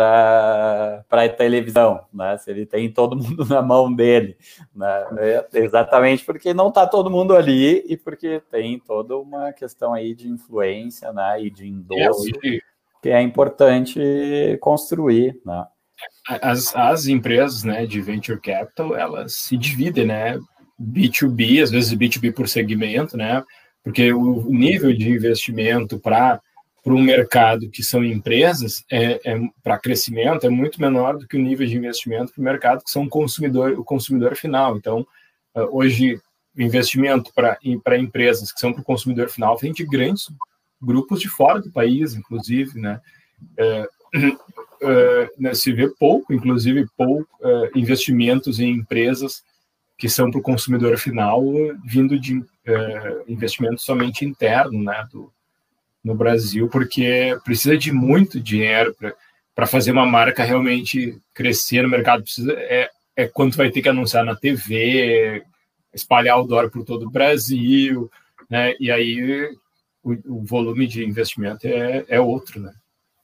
S4: para a televisão, né? Se ele tem todo mundo na mão dele, né? É exatamente porque não está todo mundo ali e porque tem toda uma questão aí de influência, né? E de endosso, é, que é importante construir, né?
S2: As, as empresas, né, de venture capital, elas se dividem, né? B dois B, às vezes B dois B por segmento, né? Porque o nível de investimento para para um mercado que são empresas, é, é, para crescimento, é muito menor do que o nível de investimento para o mercado que são consumidor, o consumidor final. Então, hoje, o investimento para empresas que são para o consumidor final vem de grandes grupos de fora do país, inclusive, né? É, é, se vê pouco, inclusive, pouco é, investimentos em empresas que são para o consumidor final, vindo de é, investimento somente interno, né, do no Brasil, porque precisa de muito dinheiro para fazer uma marca realmente crescer no mercado. Precisa, é, é quanto vai ter que anunciar na T V, espalhar o dólar por todo o Brasil, né? E aí o, o volume de investimento é, é outro, né?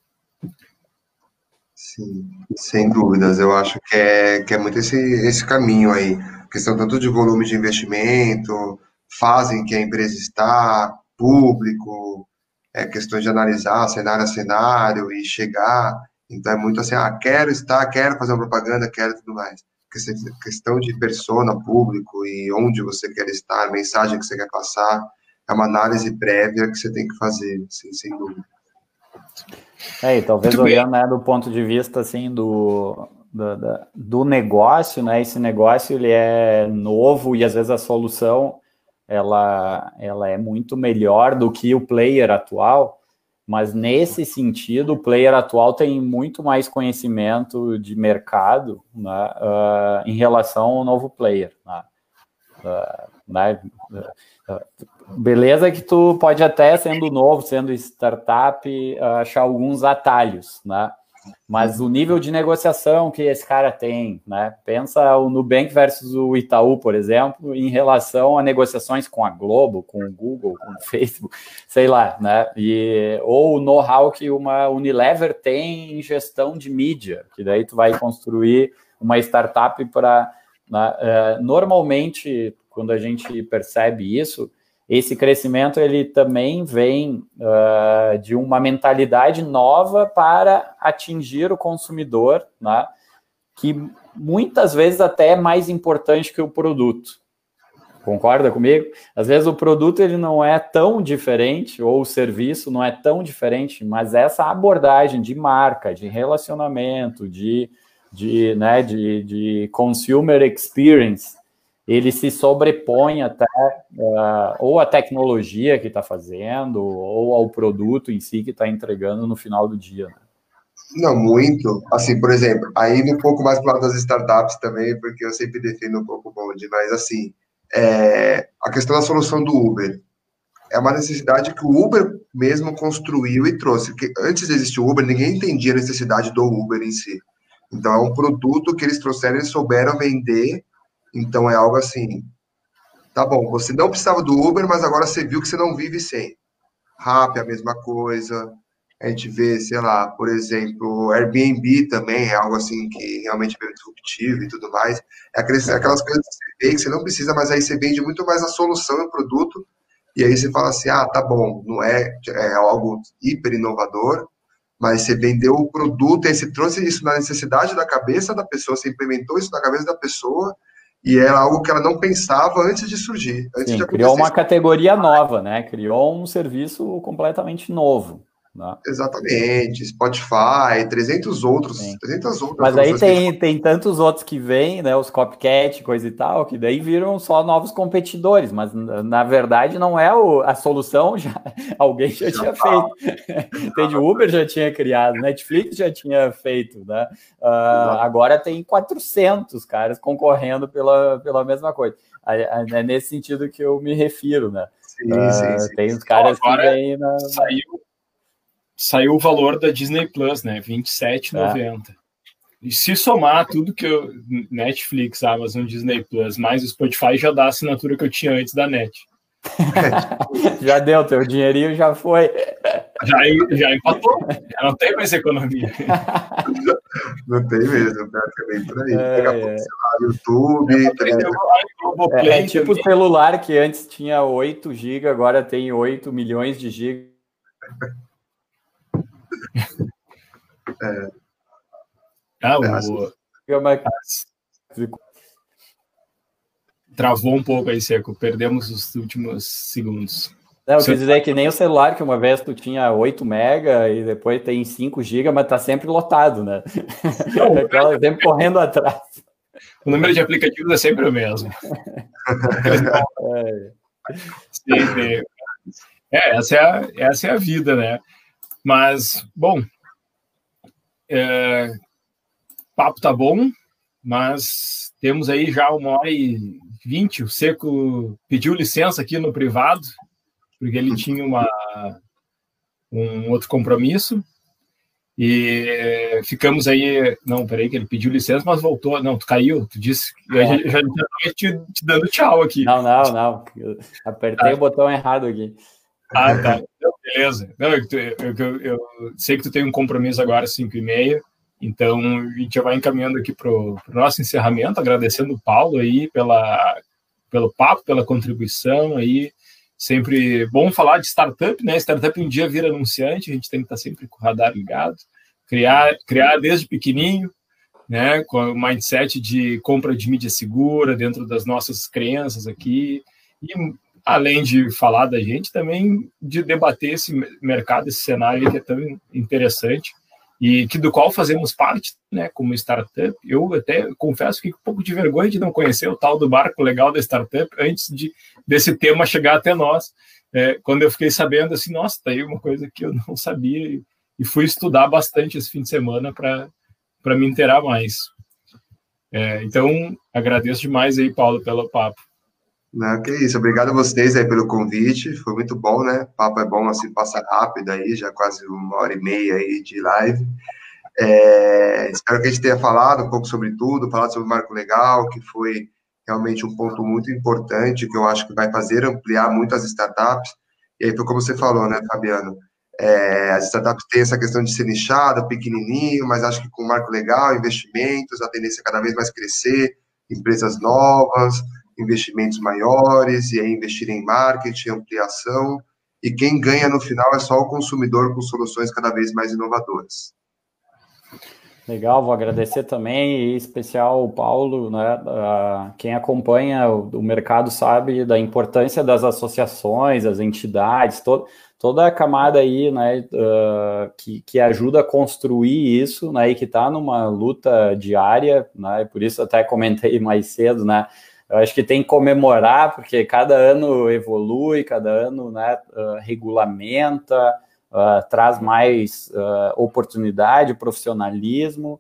S3: Sim, sem dúvidas. Eu acho que é, que é muito esse, esse caminho aí. Questão tanto de volume de investimento, fase em que a empresa está, público, é questão de analisar cenário a cenário e chegar. Então, é muito assim, ah, quero estar, quero fazer uma propaganda, quero tudo mais. Questão de persona, público e onde você quer estar, mensagem que você quer passar, é uma análise prévia que você tem que fazer, assim, sem dúvida.
S4: É, e talvez muito olhando, né, do ponto de vista, assim, do, do, do negócio, né, esse negócio, ele é novo e, às vezes, a solução ela, ela é muito melhor do que o player atual, mas nesse sentido o player atual tem muito mais conhecimento de mercado, né, uh, em relação ao novo player, né? Uh, né? Uh, beleza que tu pode até, sendo novo, sendo startup, uh, achar alguns atalhos, né? Mas o nível de negociação que esse cara tem, né? Pensa o Nubank versus o Itaú, por exemplo, em relação a negociações com a Globo, com o Google, com o Facebook, sei lá, né? E, ou o know-how que uma Unilever tem em gestão de mídia, que daí tu vai construir uma startup para... Né? Uh, normalmente, quando a gente percebe isso, esse crescimento ele também vem uh, de uma mentalidade nova para atingir o consumidor, né, que muitas vezes até é mais importante que o produto. Concorda comigo? Às vezes o produto ele não é tão diferente, ou o serviço não é tão diferente, mas essa abordagem de marca, de relacionamento, de, de, né, de, de consumer experience, ele se sobrepõe até uh, ou à tecnologia que está fazendo, ou ao produto em si que está entregando no final do dia. Né?
S3: Não, muito. Assim, por exemplo, aí um pouco mais para o lado das startups também, porque eu sempre defendo um pouco o bonde, mas assim, é, a questão da solução do Uber é uma necessidade que o Uber mesmo construiu e trouxe. Porque antes de existir o Uber, ninguém entendia a necessidade do Uber em si. Então, é um produto que eles trouxeram, eles souberam vender. Então, é algo assim, tá bom, você não precisava do Uber, mas agora você viu que você não vive sem. Rappi é a mesma coisa. A gente vê, sei lá, por exemplo, Airbnb também é algo assim que realmente é bem disruptivo e tudo mais. É aquelas, aquelas coisas que você vê que você não precisa, mas aí você vende muito mais a solução e o produto, e aí você fala assim, ah, tá bom, não é, é algo hiper inovador, mas você vendeu o produto, e aí você trouxe isso na necessidade da cabeça da pessoa, você implementou isso na cabeça da pessoa, e era algo que ela não pensava antes de surgir. Antes
S4: Sim,
S3: de
S4: criou uma
S3: isso.
S4: categoria nova, né? Criou um serviço completamente novo. Né?
S3: Exatamente, Spotify, trezentos outros,
S4: Sim.
S3: trezentas outras.
S4: Mas aí tem, que... tem tantos outros que vêm, né, os copycat, coisa e tal, que daí viram só novos competidores, mas na verdade não é o, a solução, já, alguém já, já tinha tá. feito. Entende? O Uber já tinha criado, Netflix já tinha feito, né? Uh, agora tem quatrocentos caras concorrendo pela, pela mesma coisa. É nesse sentido que eu me refiro, né?
S3: Sim,
S4: uh,
S3: sim, sim.
S4: Tem os caras
S2: Agora
S4: que vêm na...
S2: Saiu... Saiu o valor da Disney Plus, né? vinte e sete reais e noventa centavos. É. E se somar tudo que eu... Netflix, Amazon, Disney Plus, mais o Spotify, já dá a assinatura que eu tinha antes da net.
S4: Já deu, teu dinheirinho já foi.
S2: Já, já empatou. Já não tem mais economia.
S3: Não tem mesmo, praticamente por aí. É, Daqui a pouco, é. sei lá, YouTube...
S4: É, é, é tipo o celular que antes tinha oito gigas, agora tem oito milhões de gigas.
S3: É.
S2: Ah, o... Travou um pouco aí, Seco. Perdemos os últimos segundos.
S4: Não, eu quis dizer que nem o celular, que uma vez tu tinha oito mega e depois tem cinco gigas, mas tá sempre lotado, né? Não, aquela sempre correndo atrás.
S2: O número de aplicativos é sempre o mesmo.
S4: é.
S2: Sim, é, essa é, a, essa é a vida, né? Mas, bom, é, papo tá bom, mas temos aí já uma hora e vinte. O Seco pediu licença aqui no privado, porque ele tinha uma, um outro compromisso. E ficamos aí... Não, peraí, que ele pediu licença, mas voltou. Não, tu caiu, tu disse... Eu já estava te, te dando tchau aqui.
S4: Não, não, não. Eu apertei ah. o botão errado aqui.
S2: Ah, tá. Beleza. Não, eu, eu, eu, eu sei que tu tem um compromisso agora às cinco e meia, então a gente já vai encaminhando aqui para o nosso encerramento, agradecendo o Paulo aí pela, pelo papo, pela contribuição aí. Sempre bom falar de startup, né? Startup um dia vira anunciante, a gente tem que estar sempre com o radar ligado, criar, criar desde pequenininho, né? Com o mindset de compra de mídia segura dentro das nossas crenças aqui, e além de falar da gente, também de debater esse mercado, esse cenário que é tão interessante e que do qual fazemos parte, né, como startup. Eu até confesso que fico um pouco de vergonha de não conhecer o tal do barco legal da startup antes de, desse tema chegar até nós. É, quando eu fiquei sabendo, assim, nossa, tá aí uma coisa que eu não sabia e, e fui estudar bastante esse fim de semana para para me inteirar mais. É, então, agradeço demais aí, Paulo, pelo papo.
S3: Não, que isso, obrigado a vocês aí pelo convite, foi muito bom, né? O papo é bom, assim, passa rápido aí, já quase uma hora e meia aí de live. É, espero que a gente tenha falado um pouco sobre tudo, falado sobre o Marco Legal, que foi realmente um ponto muito importante, que eu acho que vai fazer ampliar muito as startups. E aí foi como você falou, né, Fabiano? É, as startups têm essa questão de ser nichada, pequenininho, mas acho que com o Marco Legal, investimentos, a tendência é cada vez mais crescer, empresas novas, investimentos maiores, e aí investir em marketing, ampliação, e quem ganha no final é só o consumidor com soluções cada vez mais inovadoras.
S4: Legal, vou agradecer também, em especial o Paulo, né? Uh, quem acompanha o, o mercado sabe da importância das associações, as entidades, to, toda a camada aí, né, uh, que, que ajuda a construir isso, né, e que está numa luta diária, né, por isso até comentei mais cedo, né, eu acho que tem que comemorar, porque cada ano evolui, cada ano, né, uh, regulamenta, Uh, traz mais uh, oportunidade, profissionalismo,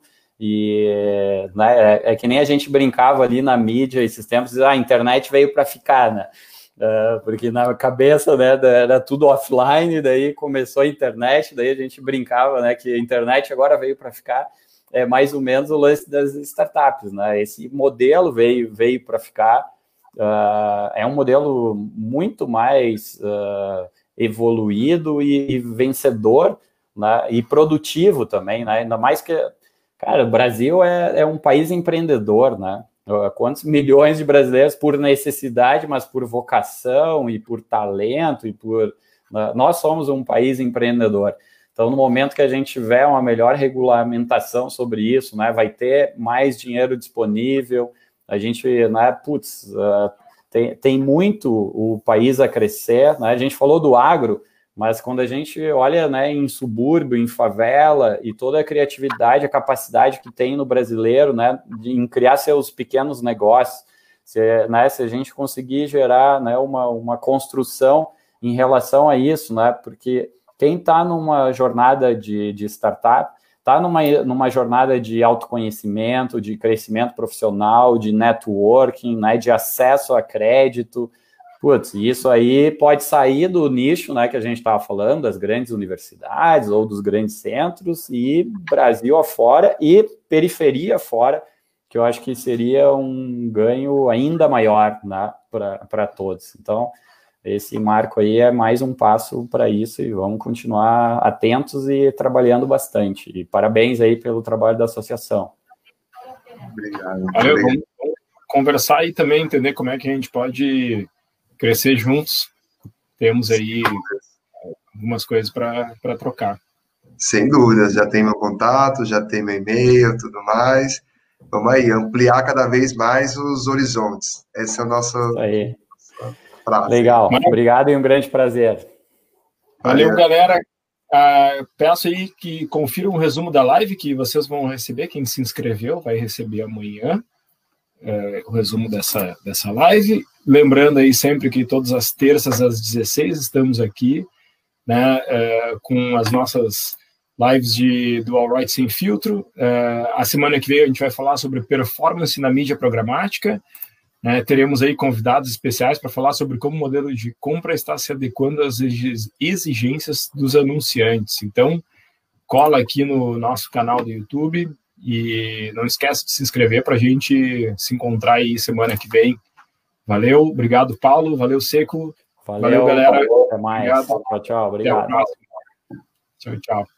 S4: e né, é, é que nem a gente brincava ali na mídia esses tempos, ah, a internet veio para ficar, né? Uh, porque na cabeça, né, era tudo offline, daí começou a internet, daí a gente brincava, né, que a internet agora veio para ficar, é mais ou menos o lance das startups, né? Esse modelo veio, veio para ficar, uh, é um modelo muito mais uh, evoluído e, e vencedor, né, e produtivo também, né, ainda mais que, cara, o Brasil é, é um país empreendedor, né, quantos milhões de brasileiros por necessidade, mas por vocação e por talento, e por, né, nós somos um país empreendedor, então no momento que a gente tiver uma melhor regulamentação sobre isso, né, vai ter mais dinheiro disponível, a gente, né, putz, uh, Tem, tem muito o país a crescer, né? A gente falou do agro, mas quando a gente olha, né, em subúrbio, em favela, e toda a criatividade, a capacidade que tem no brasileiro, né, de, em criar seus pequenos negócios, se, né, se a gente conseguir gerar, né, uma, uma construção em relação a isso, né, porque quem está numa jornada de, de startup, está numa, numa jornada de autoconhecimento, de crescimento profissional, de networking, né, de acesso a crédito. Putz, isso aí pode sair do nicho, né, que a gente estava falando, das grandes universidades ou dos grandes centros, e Brasil afora e periferia afora, que eu acho que seria um ganho ainda maior, né, para todos. Então, esse marco aí é mais um passo para isso, e vamos continuar atentos e trabalhando bastante. E parabéns aí pelo trabalho da associação.
S3: Obrigado.
S2: Valeu, vamos conversar e também entender como é que a gente pode crescer juntos. Temos aí algumas coisas para trocar.
S3: Sem dúvidas, já tem meu contato, já tem meu e-mail, tudo mais. Vamos aí, ampliar cada vez mais os horizontes. Esse é o nosso...
S4: Isso aí.
S3: Prazer.
S4: Legal, obrigado e um grande prazer.
S2: Valeu, galera. Uh, peço aí que confiram o resumo da live que vocês vão receber. Quem se inscreveu vai receber amanhã uh, o resumo dessa, dessa live. Lembrando aí sempre que todas as terças às dezesseis estamos aqui, né, uh, com as nossas lives de, do All Right Sem Filtro. Uh, a semana que vem a gente vai falar sobre performance na mídia programática. É, teremos aí convidados especiais para falar sobre como o modelo de compra está se adequando às exigências dos anunciantes. Então, cola aqui no nosso canal do YouTube e não esquece de se inscrever para a gente se encontrar aí semana que vem. Valeu, obrigado, Paulo, valeu, Seco.
S4: Valeu,
S2: valeu galera.
S4: Paulo, até mais.
S2: Obrigado.
S4: Tchau, tchau, obrigado.
S2: Tchau, tchau.